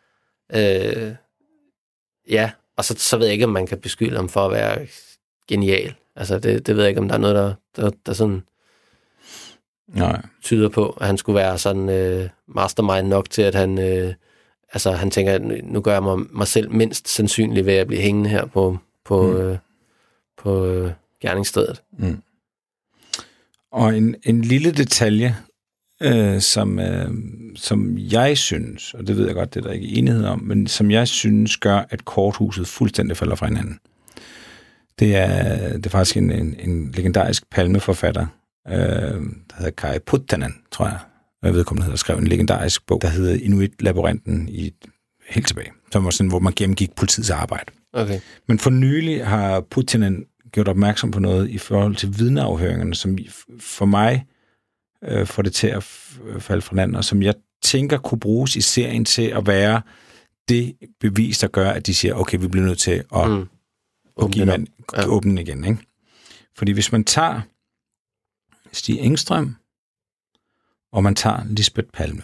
ja. Og så ved jeg ikke, om man kan beskylde ham for at være genial. Altså, det ved jeg ikke, om der er noget, der sådan tyder på, at han skulle være sådan mastermind nok til, at han, han tænker, at nu gør jeg mig selv mindst sandsynlig ved at blive hængende her på gerningsstedet. Mm. Og en lille detalje, som jeg synes, og det ved jeg godt, det er der ikke enighed om, men som jeg synes gør, at korthuset fuldstændig falder fra hinanden. Det er faktisk en legendarisk palmeforfatter, der hedder Kai Puttanen, tror jeg. Jeg ved ikke, om han hedder, skrev en legendarisk bog, der hedder Inuit-labyrinten helt tilbage, som var sådan, hvor man gennemgik politiets arbejde. Okay. Men for nylig har Puttanen gjort opmærksom på noget i forhold til vidneafhøringerne, som for mig får det til at falde fra hinanden, og som jeg tænker kunne bruges i serien til at være det bevis, der gør, at de siger, okay, vi bliver nødt til at åbne den igen. Ikke? Fordi hvis man tager Stig Engström, og man tager Lisbeth Palme,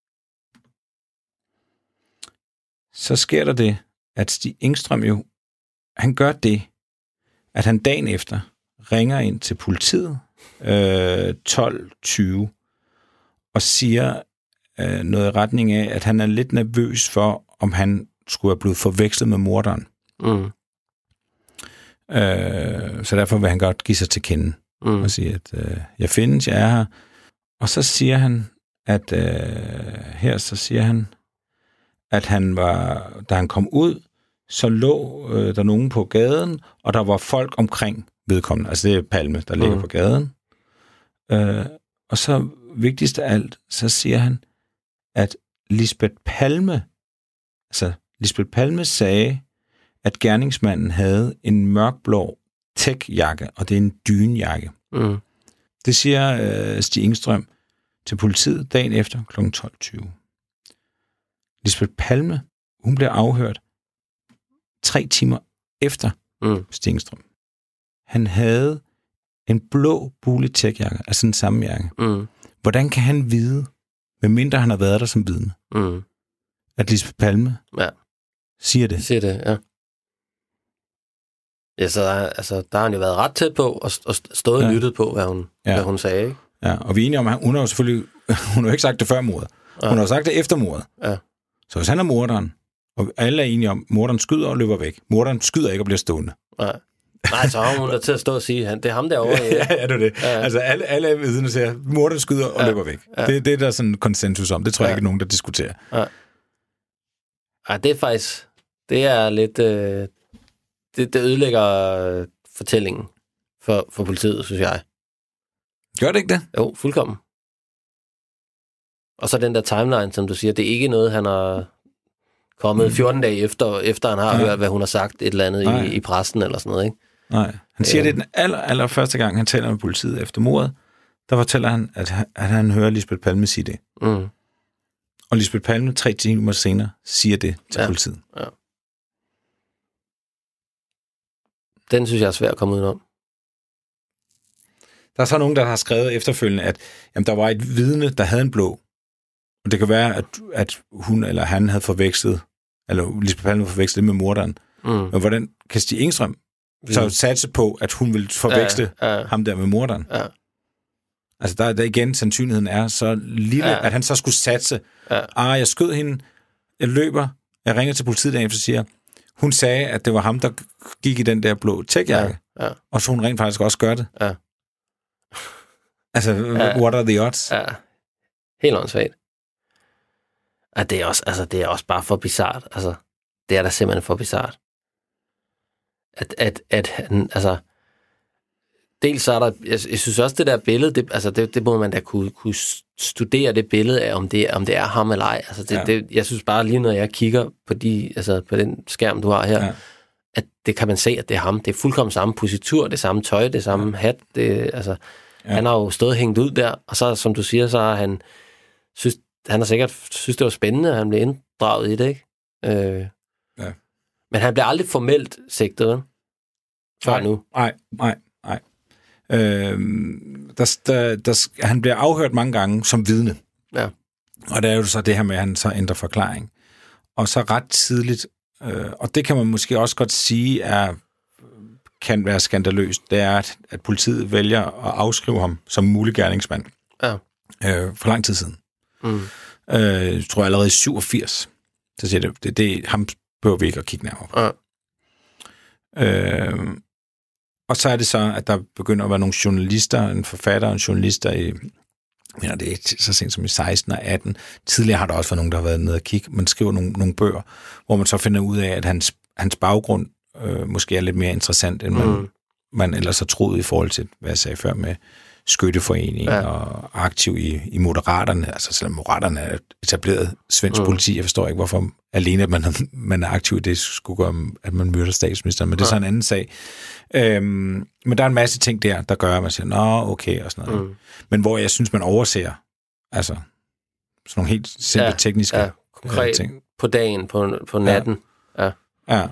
så sker der det, at Stig Engström jo, han gør det, at han dagen efter ringer ind til politiet 12:20 og siger noget i retning af, at han er lidt nervøs for, om han skulle have blevet forvekslet med morderen. Mm. Så derfor vil han godt give sig til kende og sige, at jeg findes, jeg er her. Og så siger han, at at han var, da han kom ud, så lå der nogen på gaden, og der var folk omkring vedkommende. Altså det er Palme, der ligger på gaden. Og så vigtigst af alt, så siger han, at Lisbeth Palme sagde, at gerningsmanden havde en mørkblå tech-jakke, og det er en dynjakke. Mm. Det siger Stig Engström til politiet dagen efter kl. 12:20. Lisbeth Palme, hun blev afhørt 3 timer efter Stig Engström. Han havde en blå bulig tech-jakke, altså den samme jakke. Mm. Hvordan kan han vide, medmindre han har været der som vidne, at Lisbeth Palme siger det? Siger det, ja. Ja, så der har han jo været ret tæt på, og stået og lyttet på, hvad hun sagde, ikke? Ja, og vi er enige om, at hun har jo selvfølgelig, hun har jo ikke sagt det før mordet. Hun har jo sagt det efter mordet. Ja. Så hvis han er morderen, og alle er enige om, at morderen skyder og løber væk. Morderen skyder ikke og bliver stående. Nej. Nej, så har hun der til at stå og sige, det er ham derovre. Ja, er det det? Ja. Altså alle er vidne siger, morderen skyder og løber væk. Ja. Det er der sådan konsensus om. Det tror jeg ikke er nogen, der diskuterer. Ja. Ej, det er faktisk... Det er lidt... Det ødelægger fortællingen for politiet, synes jeg. Gør det ikke det? Jo, fuldkommen. Og så den der timeline, som du siger, det er ikke noget, han har kommet 14 dage efter han har hørt, hvad hun har sagt et eller andet i pressen eller sådan noget, ikke? Nej. Han siger, det er den aller første gang, han taler med politiet efter mordet. Der fortæller han, at han hører Lisbeth Palme sige det. Mm. Og Lisbeth Palme 3 timer senere siger det til politiet. Ja. Den synes jeg er svær at komme udenom. Der er så nogen, der har skrevet efterfølgende, at jamen, der var et vidne, der havde en blå. Og det kan være, at hun eller han havde forvekslet, eller Lisbeth Palme havde forvekslet med morderen. Mm. Men hvordan kan Stig Engstrøm så satse på, at hun ville forveksle ham der med morderen? Ja. Altså der igen, sandsynligheden er så lille, at han så skulle satse. Jeg skød hende, jeg løber, jeg ringer til politiet dagen efter og siger, hun sagde, at det var ham, der gik i den der blå tjekjakke. Ja. Og så hun rent faktisk også gør det. Ja. Altså, what are the odds? Ja. Helt åndssvagt. Det er også bare for bizart. Altså, det er da simpelthen for bizart. At han, altså, dels så er der, jeg synes også, det der billede, det må man da kunne studere det billede af, om det er ham eller ej. Altså, jeg synes bare lige, når jeg kigger på den skærm, du har her, at det kan man se, at det er ham. Det er fuldkommen samme positur, det samme tøj, det samme hat. Han har jo stået og hængt ud der, og så, som du siger, så har han har sikkert synes, det var spændende, at han blev inddraget i det, ikke? Men han bliver aldrig formelt sigtet, vel? Før nu. Nej. Han bliver afhørt mange gange som vidne. Ja. Og der er jo så det her med, at han så ændrer forklaring. Og så ret tidligt, og det kan man måske også godt sige, kan være skandaløst, det er, at politiet vælger at afskrive ham som mulig gerningsmand. Ja. For lang tid siden. Mm. Jeg tror allerede i 87. Så siger det ham behøver vi ikke at kigge nærmere på. Ja. Og så er det så, at der begynder at være nogle journalister, en forfatter og en journalister det er så sent som i 16 og 18. Tidligere har der også været nogen, der har været nede og kigge. Man skriver nogle bøger, hvor man så finder ud af, at hans baggrund måske er lidt mere interessant, end man ellers har troet i forhold til, hvad jeg sagde før med skytteforening og aktiv i Moderaterne. Altså selvom Moderaterne er etableret svensk politi, jeg forstår ikke, hvorfor alene, at man er aktiv i det, skulle gøre, at man myrder statsministeren, men det er så en anden sag. Men der er en masse ting der gør, at man siger, nå, okay, og sådan noget. Men hvor jeg synes, man overser, altså, sådan nogle helt simple tekniske konkret ting. På dagen, på natten. Ja.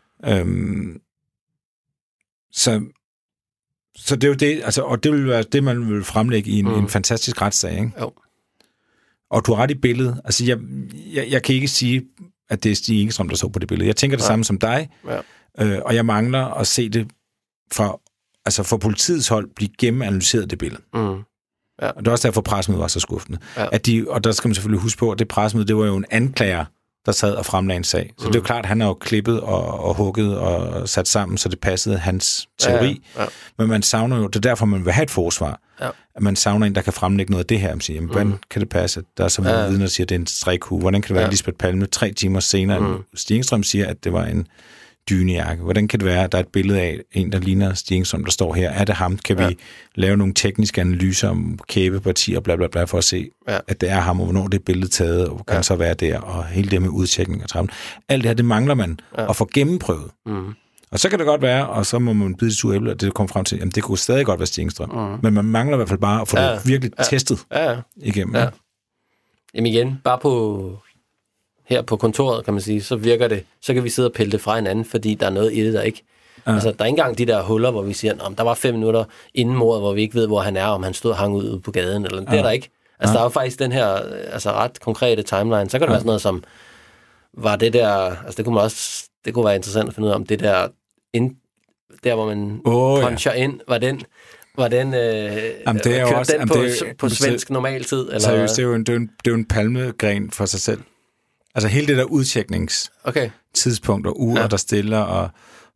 Så det er jo det, altså, og det vil være det, man vil fremlægge i en fantastisk retssag, ikke? Jo. Og du har ret i billedet. Altså, jeg kan ikke sige, at det er Stig Engstrøm, der så på det billede. Jeg tænker det samme som dig, og jeg mangler at se det fra politiets hold blive gennemanalyseret det billede. Mm. Ja. Og det er også derfor, pressemødet var så skuffende. Ja. Og der skal man selvfølgelig huske på, at det pressemøde, det var jo en anklager, der sad og fremlagde en sag. Så det er jo klart, at han har jo klippet og hugget og sat sammen, så det passede hans teori. Ja. Men man savner jo, det er derfor, man vil have et forsvar. Ja. At man savner en, der kan fremlægge noget af det her. Man siger, hvordan kan det passe, at der er så mange vidner, der siger, at det er en strikhue? Hvordan kan det være, at Lisbeth Palme 3 timer senere, Stig Engstrøm siger, at det var en dynejakke? Hvordan kan det være, at der er et billede af en, der ligner Stig Engstrøm, der står her? Er det ham? Kan vi lave nogle tekniske analyser om kæbepartier og bla bla bla, for at se, at det er ham, og hvornår det er billedet taget, og kan så være der, og hele det med udtjekning og trappen. Alt det her, det mangler man at få gennemprøvet. Mm. Og så kan det godt være, og så må man bide det sure æble, og det kommer frem til, jamen det kunne stadig godt være Stig Engstrøm. Men man mangler i hvert fald bare at få det virkelig testet igennem. Ja. Jamen igen, bare her på kontoret, kan man sige, så virker det, så kan vi sidde og pille det fra hinanden, fordi der er noget i det, der ikke... Ja. Altså, der er ikke engang de der huller, hvor vi siger, der var 5 minutter inden mordet, hvor vi ikke ved, hvor han er, om han stod og hang ud på gaden, eller det er der ikke. Altså, der er jo faktisk den her ret konkrete timeline. Så kan det være sådan noget som, var det der... Altså, det kunne være interessant at finde ud af, om det der... der, hvor man puncher ind, var den det er jo også, på svensk normaltid? Eller? Seriøst, det er jo en palmegren for sig selv. Altså hele det der udtjekningstidspunkt og uger, der stiller,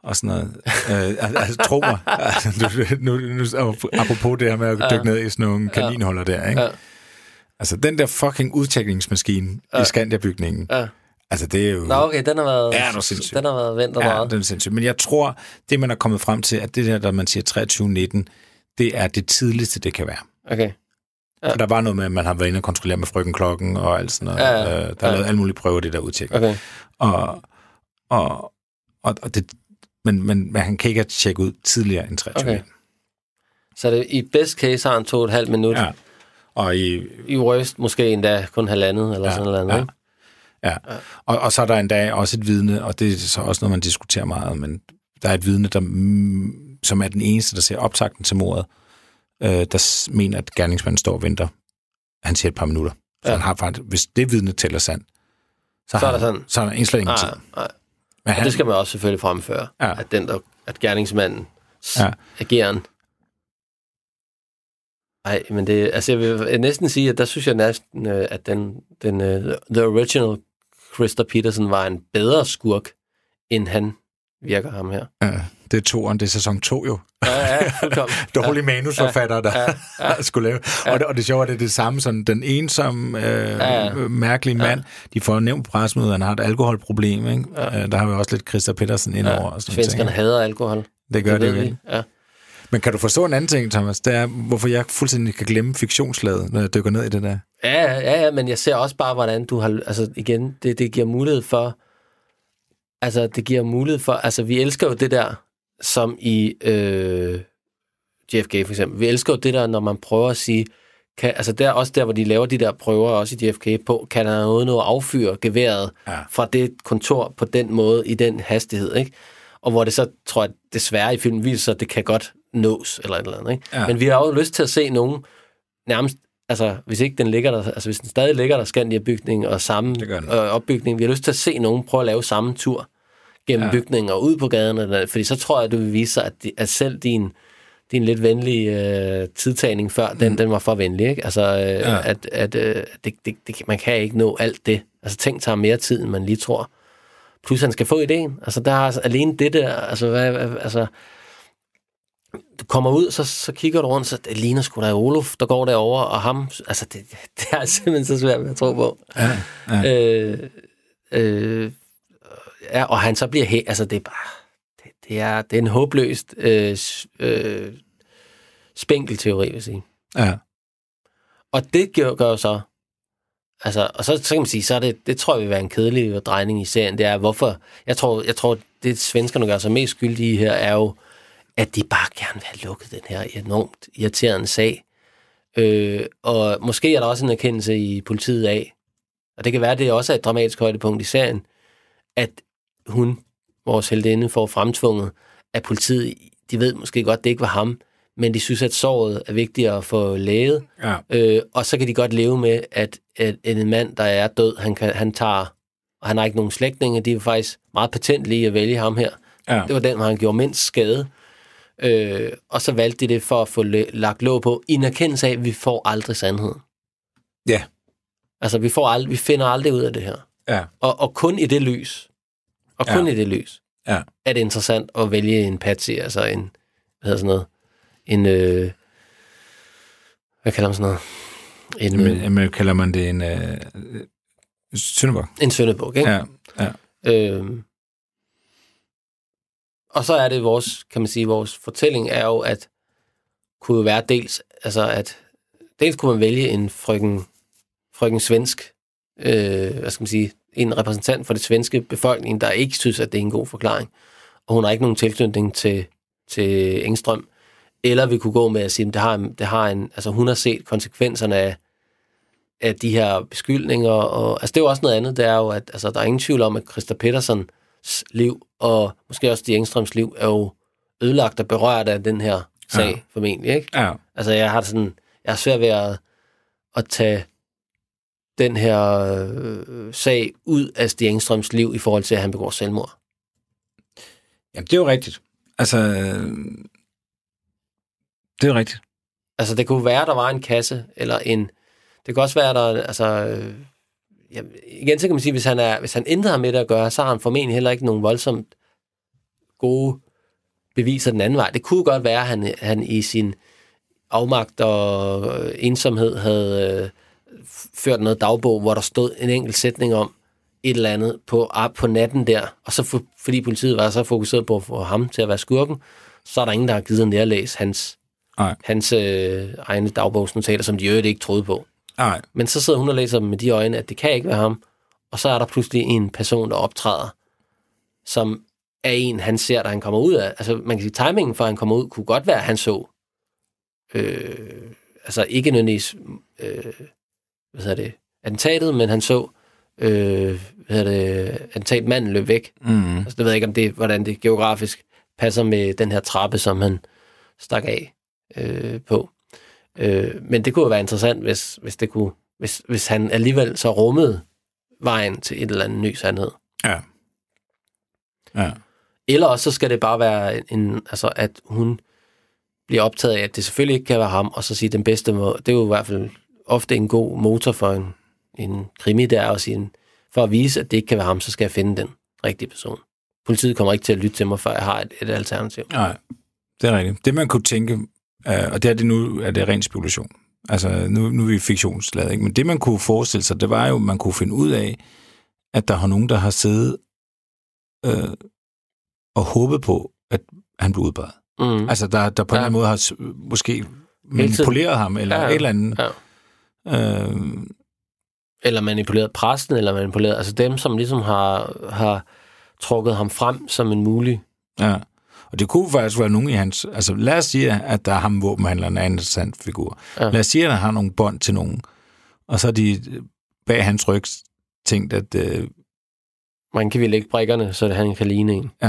og sådan noget. Tro mig. Nu, apropos det her med at dykke ned i sådan nogle kaninholder der, ikke? Altså, den der fucking udtjekningsmaskine i Skandia-bygningen, altså, det er jo... Nå, okay, den har været... Ja, den er sindssygt. Den har været vendt og meget. Den er sindssygt. Men jeg tror, det man er kommet frem til, at det der man siger 23.19, det er det tidligste, det kan være. Okay. Ja. For der var noget med, at man har været inde og kontrollere med frøkenklokken og alt sådan noget. Der er lavet alle mulige prøver, det der udtjek. Okay. Og det, men man kan ikke tjekke ud tidligere end 23. Okay. Så det, i best case har han 2,5 minutter. Ja. Og i worst måske endda kun 1,5 eller sådan noget. Ikke? Ja. Og så er der endda også et vidne, og det er så også noget, man diskuterer meget, men der er et vidne, som er den eneste, der ser optakten til mordet, der mener, at gerningsmanden står og venter. Han siger et par minutter. Så han har faktisk, hvis det vidne tæller sandt, så er der slet ingen tid. Men det skal man også selvfølgelig fremføre, at gerningsmanden ageren. Nej, men det, altså jeg vil næsten sige, at der synes jeg næsten, at the original Christer Peterson var en bedre skurk, end han virker ham her. Ja, det er toeren, det er sæson 2 jo. Ja, fuldkommen. Dårlige manusforfattere, der skulle lave. Og det sjove er, det er det samme, sådan den ensomme, mærkelige mand, de får nævnt på pressemødet, han har et alkoholproblem, ikke? Der har vi også lidt Christer Peterson indover. Svenskerne hader alkohol. Det gør det jo. Ja. Men kan du forstå en anden ting, Thomas? Det er, hvorfor jeg fuldstændig kan glemme fiktionslaget, når jeg dykker ned i det der. Ja, men jeg ser også bare, hvordan du har... Altså igen, det giver mulighed for... Altså, vi elsker jo det der, som i JFK for eksempel. Vi elsker jo det der, når man prøver at sige... altså der også der, hvor de laver de der prøver, også i JFK, på, kan der noget affyre geværet fra det kontor på den måde, i den hastighed, ikke? Og hvor det så, tror jeg, desværre i filmen viser sig, at det kan godt nås, eller et eller andet, ikke? Ja. Men vi har jo lyst til at se nogen nærmest, altså hvis ikke den ligger der, altså hvis den stadig ligger der, Skandia-bygning og samme opbygning, vi har lyst til at se nogen prøve at lave samme tur gennem bygningen og ud på gaderne, fordi så tror jeg, det vil vise sig, at selv din lidt venlige tidtagning før, den var for venlig, ikke? Altså, man kan ikke nå alt det. Altså, ting tager mere tid, end man lige tror. Plus, han skal få ideen. Altså, der er alene det der, altså, du kommer ud, så kigger du rundt, så det ligner sgu da Olof, der går derover og ham, altså, det er simpelthen så svært at tro på. Og han så bliver altså, det er bare, det er en håbløst spinkelteori, vil jeg sige. Ja. Og det gør jo så, altså, og så kan man sige, så er det tror jeg vil være en kedelig drejning i serien, det er, hvorfor, jeg tror det svenskerne gør sig mest skyldige i her, er jo, at de bare gerne vil have lukket den her enormt irriterende sag. Og måske er der også en erkendelse i politiet af, og det kan være, at det også er et dramatisk højdepunkt i serien, at vores heldinde, får fremtvunget, at politiet, de ved måske godt, det ikke var ham, men de synes, at såret er vigtigere at få læget. Ja. Og så kan de godt leve med, at en mand, der er død, han tager, og han har ikke nogen slægtninge, de er faktisk meget patentlige at vælge ham her. Ja. Det var den, hvor han gjorde mindst skade. Og så valgte de det for at få lagt låg på, i en erkendelse af, at vi får aldrig sandhed. Ja. Altså, vi finder aldrig ud af det her. Ja. Og kun i det lys, i det lys, er det interessant at vælge en patsy, altså en, hvad hedder sådan noget, hvad kalder man sådan noget? Men kalder man det en syndebuk? En syndebuk, ikke? Ja. Og så er det vores fortælling er jo, at kunne være dels kunne man vælge en frøken svensk, hvad skal man sige, en repræsentant for det svenske befolkning, der ikke synes, at det er en god forklaring. Og hun har ikke nogen tilknytning til Engstrøm. Eller vi kunne gå med at sige, at hun har set konsekvenserne af de her beskyldninger. Og, altså det er jo også noget andet, det er jo, at der er ingen tvivl om, at Christer Petersons liv, og måske også de Engstrøms liv, er jo ødelagt og berørt af den her sag, formentlig, ikke? Ja. Altså jeg har svært ved at tage den her sag ud af Stig Engstrøms liv i forhold til, at han begår selvmord. Jamen, det er jo rigtigt. Altså, det er jo rigtigt. Altså, det kunne være, der var en kasse, eller det kan også være, der, igen, så kan man sige, hvis han intet har med det at gøre, så har han formentlig heller ikke nogen voldsomt gode beviser den anden vej. Det kunne godt være, at han i sin afmagt og ensomhed havde ført noget dagbog, hvor der stod en enkelt sætning om et eller andet på natten der, og så fordi politiet var så fokuseret på at få ham til at være skurken, så er der ingen, der har givet en nærlæse hans egne dagbogsnotater, som de jo ikke troede på. Nej. Men så sidder hun og læser dem med de øjne, at det kan ikke være ham, og så er der pludselig en person, der optræder, som er en, han ser, da han kommer ud af. Altså, man kan sige, timingen for, at han kommer ud, kunne godt være, at han så altså ikke nødvendigvis attentatet, men han så attentatmanden løb væk. Altså, det ved jeg ikke, hvordan det geografisk passer med den her trappe, som han stak af på. Men det kunne jo være interessant, hvis han alligevel så rummede vejen til et eller andet ny sandhed. Ja. Ja. Eller også så skal det bare være at hun bliver optaget af, at det selvfølgelig ikke kan være ham, og så sige den bedste måde. Det er jo i hvert fald ofte en god motor for en krimi, der er at sige, for at vise, at det ikke kan være ham, så skal jeg finde den rigtige person. Politiet kommer ikke til at lytte til mig, før jeg har et alternativ. Nej, det er rigtigt. Det man kunne tænke, og det er det nu, er det ren spekulation. Altså, nu er vi fiktionsladet, ikke? Men det man kunne forestille sig, det var jo, man kunne finde ud af, at der har nogen, der har siddet og håbet på, at han blev udbredt. Altså, der på en eller anden måde har måske manipuleret ham, eller et eller andet. Ja. Eller manipuleret præsten, eller manipuleret... Altså dem, som ligesom har trukket ham frem som en mulig... Ja, og det kunne faktisk være nogen i hans... Altså, lad os sige, at der er ham våbenhandleren, er en interessant figur. Ja. Lad os sige, at han har nogle bånd til nogen, og så er de bag hans ryg tænkt, at... Man kan vel lægge brikkerne, så han kan ligne en. Ja.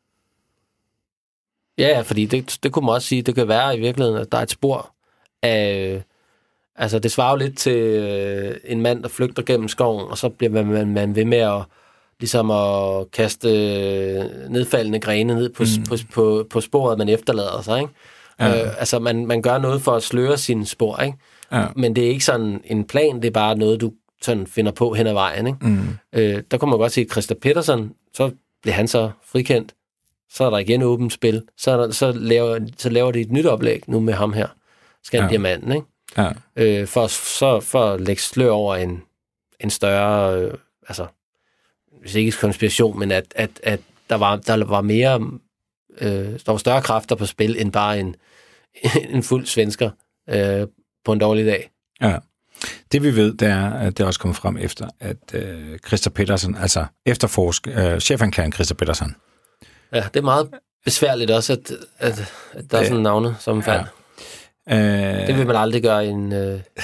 Ja, fordi det kunne man også sige, det kan være i virkeligheden, at der er et spor af... Altså, det svarer jo lidt til en mand, der flygter gennem skoven, og så bliver man ved med at, ligesom at kaste nedfaldende grene ned på sporet, man efterlader sig, ikke? Ja. Altså, man gør noget for at sløre sine spor, ikke? Ja. Men det er ikke sådan en plan, det er bare noget, du sådan finder på hen ad vejen, ikke? Der kunne man godt sige, at Christer Pettersson, så bliver han så frikendt, så er der igen åbent spil, så laver de et nyt oplæg nu med ham her, Skandiamannen, ikke? Ja. For at lægge slør over en større, altså, hvis ikke konspiration, men at der var mere, der var større kræfter på spil, end bare en fuld svensker på en dårlig dag. Ja. Det vi ved, det er, at det også kommer frem efter, at Christer Pettersson, altså chefanklageren Christer Pettersson. Ja, det er meget besværligt også, at der er sådan navne som fald. Det vil man aldrig gøre i en...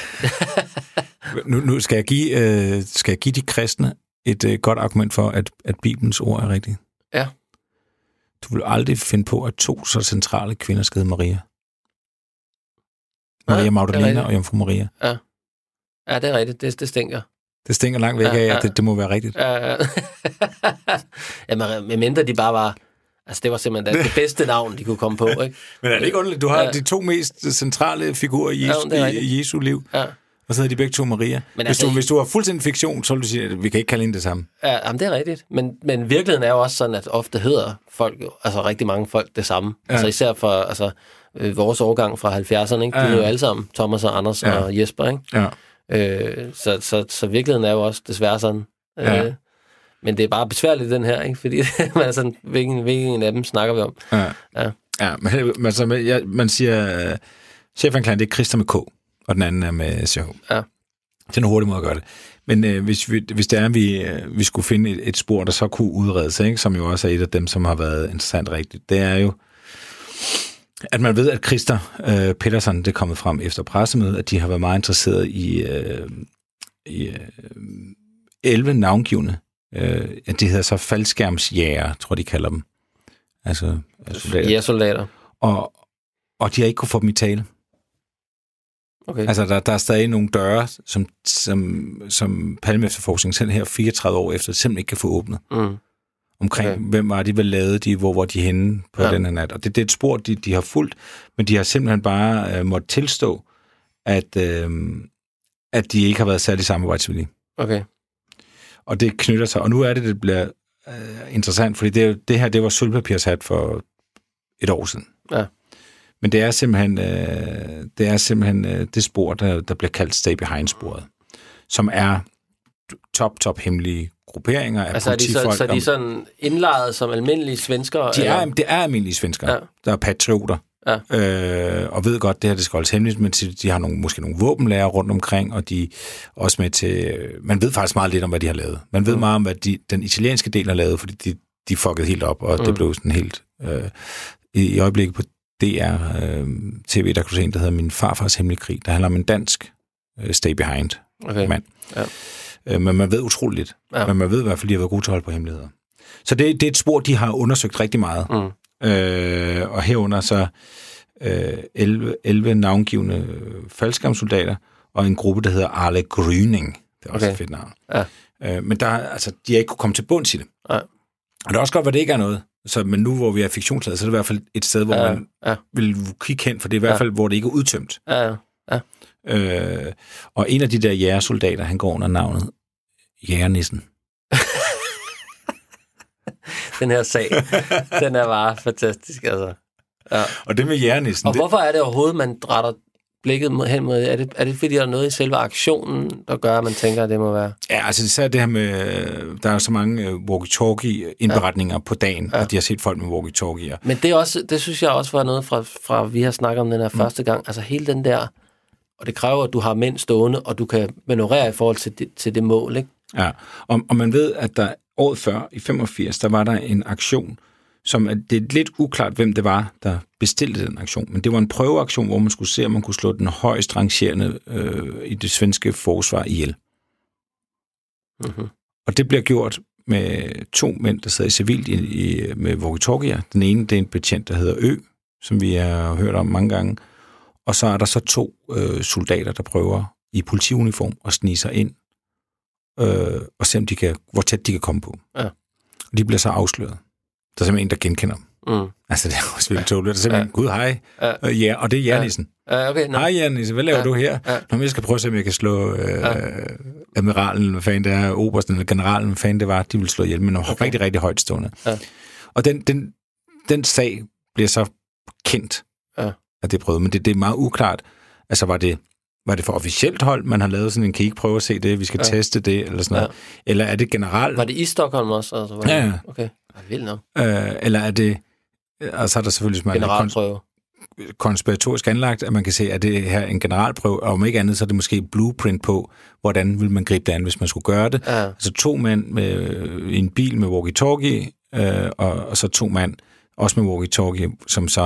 Nu skal jeg give de kristne et godt argument for, at Bibelens ord er rigtigt. Ja. Du vil aldrig finde på, at 2 så centrale kvinder skal hedde Maria. Maria Magdalena og Jomfru Maria. Ja. Ja, det er rigtigt. Det stinker. Det stinker langt væk af, at det må være rigtigt. Ja. Ja, men mindre de bare var... Altså, det var simpelthen det bedste navn, de kunne komme på, ikke? Men er det ikke underligt? Du har de 2 mest centrale figurer i Jesu liv, og så hedder de begge 2 Maria. Hvis du har fuldstændig fiktion, så vil du sige, at vi kan ikke kalde hende det samme. Ja, jamen, det er rigtigt. Men virkeligheden er jo også sådan, at ofte hedder folk, altså rigtig mange folk, det samme. Ja. Altså især for vores årgang fra 70'erne, ikke? De er jo alle sammen, Thomas og Anders og Jesper, ikke? Ja. Så virkeligheden er jo også desværre sådan. Ja. Men det er bare besværligt, den her, ikke? Fordi man er sådan, hvilken af dem snakker vi om. Ja, man siger, chefanklageren, det er Christer med K, og den anden er med CH. Ja. Det er en hurtig måde at gøre det. Men hvis det er, vi skulle finde et spor, der så kunne udredes, ikke? Som jo også er et af dem, som har været interessant rigtigt, det er jo, at man ved, at Christer Pettersson, det er kommet frem efter pressemødet, at de har været meget interesseret i 11 navngivende. De hedder så faldskærmsjæger, tror de kalder dem. Altså soldater. Jægersoldater. Og de har ikke kunne få dem i tale. Okay. Altså der er stadig nogle døre, som Palme-efterforskningen selv her 34 år efter simpelthen ikke kan få åbnet. Omkring, hvem var de, hvad lavede de, hvor var de henne på den her nat. Og det er et spor, de har fulgt, men de har simpelthen bare måttet tilstå, at de ikke har været særlig samarbejdsvillige. Okay. Og det knytter sig, og nu er det bliver interessant, fordi det her, det var sølvpapirshat for et år siden. Ja. Men det er simpelthen det spor, der bliver kaldt stay behind-sporet, som er top hemmelige grupperinger af politifolk. Så de er sådan indlejet som almindelige svenskere? Det er almindelige svenskere, der er patrioter, og ved godt, det her det skal holdes hemmeligt, men de har måske nogle våbenlager rundt omkring, og de er også med til... Man ved faktisk meget lidt om, hvad de har lavet. Man ved meget om, hvad den italienske del har lavet, fordi de fuckede helt op, og det blev sådan helt... I øjeblikket på DR TV, der kunne se en, der hedder Min farfars hemmelige krig, der handler om en dansk stay behind mand. Ja. Men man ved utroligt lidt. Ja. Men man ved i hvert fald, de har været gode til at holde på hemmeligheder. Så det er et spor, de har undersøgt rigtig meget. Og herunder så 11 navngivende faldskærmssoldater, og en gruppe, der hedder Arle Grüning. Det er også et fedt navn. Ja. Men de har ikke kunne komme til bunds i det. Ja. Og det er også godt, at det ikke er noget. Men nu, hvor vi er fiktionslaget, så er det i hvert fald et sted, hvor man vil kigge hen, for det er i hvert fald, hvor det ikke er udtømt. Ja. Og en af de der jægersoldater, han går under navnet Jægernissen. Den her sag, den er bare fantastisk, altså. Ja. Og det med Jægernissen... Og hvorfor er det overhovedet, man retter blikket hen mod... Er det fordi, der er noget i selve aktionen, der gør, at man tænker, at det må være... Ja, altså især det her med... Der er jo så mange walkie-talkie-indberetninger på dagen, og de har set folk med walkie-talkier. Men det synes jeg også var noget fra vi har snakket om den her første gang. Altså hele den der... Og det kræver, at du har mænd stående, og du kan manøvrere i forhold til det mål, ikke? Ja, og man ved, at der året før, i 85, der var der en aktion, det er lidt uklart, hvem det var, der bestilte den aktion, men det var en prøveaktion, hvor man skulle se, om man kunne slå den højst rangerende i det svenske forsvar ihjel. Mm-hmm. Og det bliver gjort med 2 mænd, der sidder i civilt med walkie-talkier. Den ene, det er en betjent, der hedder Ø, som vi har hørt om mange gange. Og så er der så 2 soldater, der prøver i politiuniform at snige sig ind og se, hvor tæt de kan komme på. Ja. Og de bliver så afsløret. Der er simpelthen en, der genkender dem. Altså, det er også vildt tåligt. Der er simpelthen, gud, hej. Ja, og det er Jægernissen. Okay, hej, Jægernissen, hvad laver du her? Når jeg skal prøve at se, om jeg kan slå admiralen, hvad fanden det er, obersten eller generalen, hvad fanden det var, de vil slå ihjel, men rigtig, rigtig højt stående. Ja. Og den sag bliver så kendt. Ja. At det prøvede, men det er meget uklart. Altså, var det for officielt hold, man har lavet sådan en, kan I ikke prøve at se det, vi skal teste det, eller sådan noget? Eller er det generelt? Var det i Stockholm også? Altså, ja. Okay, vildt nok. Eller er det, og så er der selvfølgelig generalprøve. Konspiratorisk anlagt, at man kan se, at det her en generalprøve, og om ikke andet, så er det måske blueprint på, hvordan vil man gribe det an, hvis man skulle gøre det. Ja. Altså 2 mænd i en bil med walkie-talkie, og så 2 mænd også med walkie-talkie, som så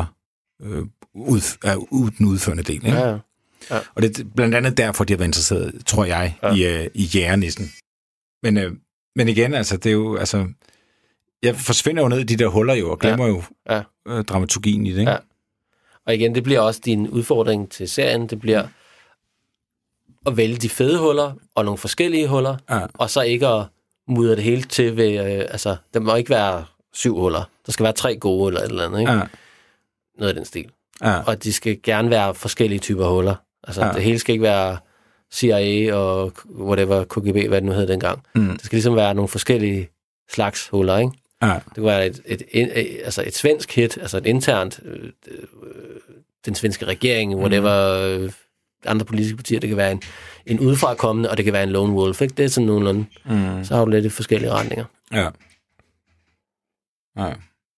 den udførende del. Ikke? Ja. Og det er blandt andet derfor, de har været interesseret, tror jeg, i Jægernissen. Men igen, altså, det er jo, altså, jeg forsvinder jo ned i de der huller jo, og glemmer jo dramaturgien i det. Ikke? Ja. Og igen, det bliver også din udfordring til serien, det bliver at vælge de fede huller, og nogle forskellige huller, og så ikke at mudre det hele til ved, altså, der må ikke være 7 huller. Der skal være 3 gode eller et eller andet, ikke? Ja. Noget af den stil. Ja. Og de skal gerne være forskellige typer huller. Altså, det hele skal ikke være CIA og whatever, KGB, hvad det nu hed dengang. Det skal ligesom være nogle forskellige slags huller, ikke? Ja. Det kunne være et svensk hit, altså et internt, den svenske regering, whatever, andre politiske partier, det kan være en udefrakommende, og det kan være en lone wolf, ikke? Det er sådan nogenlunde. Så har du lidt i forskellige retninger. Ja. Ja.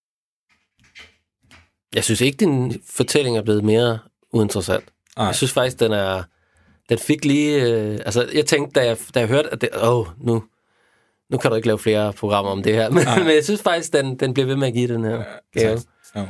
Jeg synes ikke, din fortælling er blevet mere uinteressant. Ej. Jeg synes faktisk, den fik lige... altså, jeg tænkte, da jeg hørte, at det... Nu kan du ikke lave flere programmer om det her. Men jeg synes faktisk, den bliver ved med at give den her gave. Ja.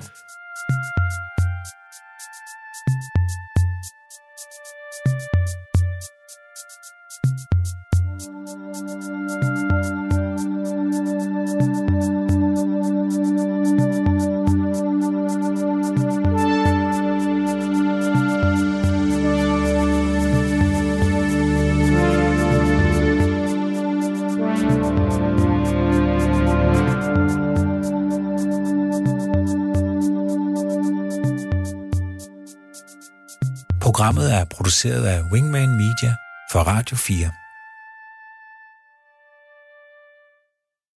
Programmet er produceret af Wingman Media for Radio 4.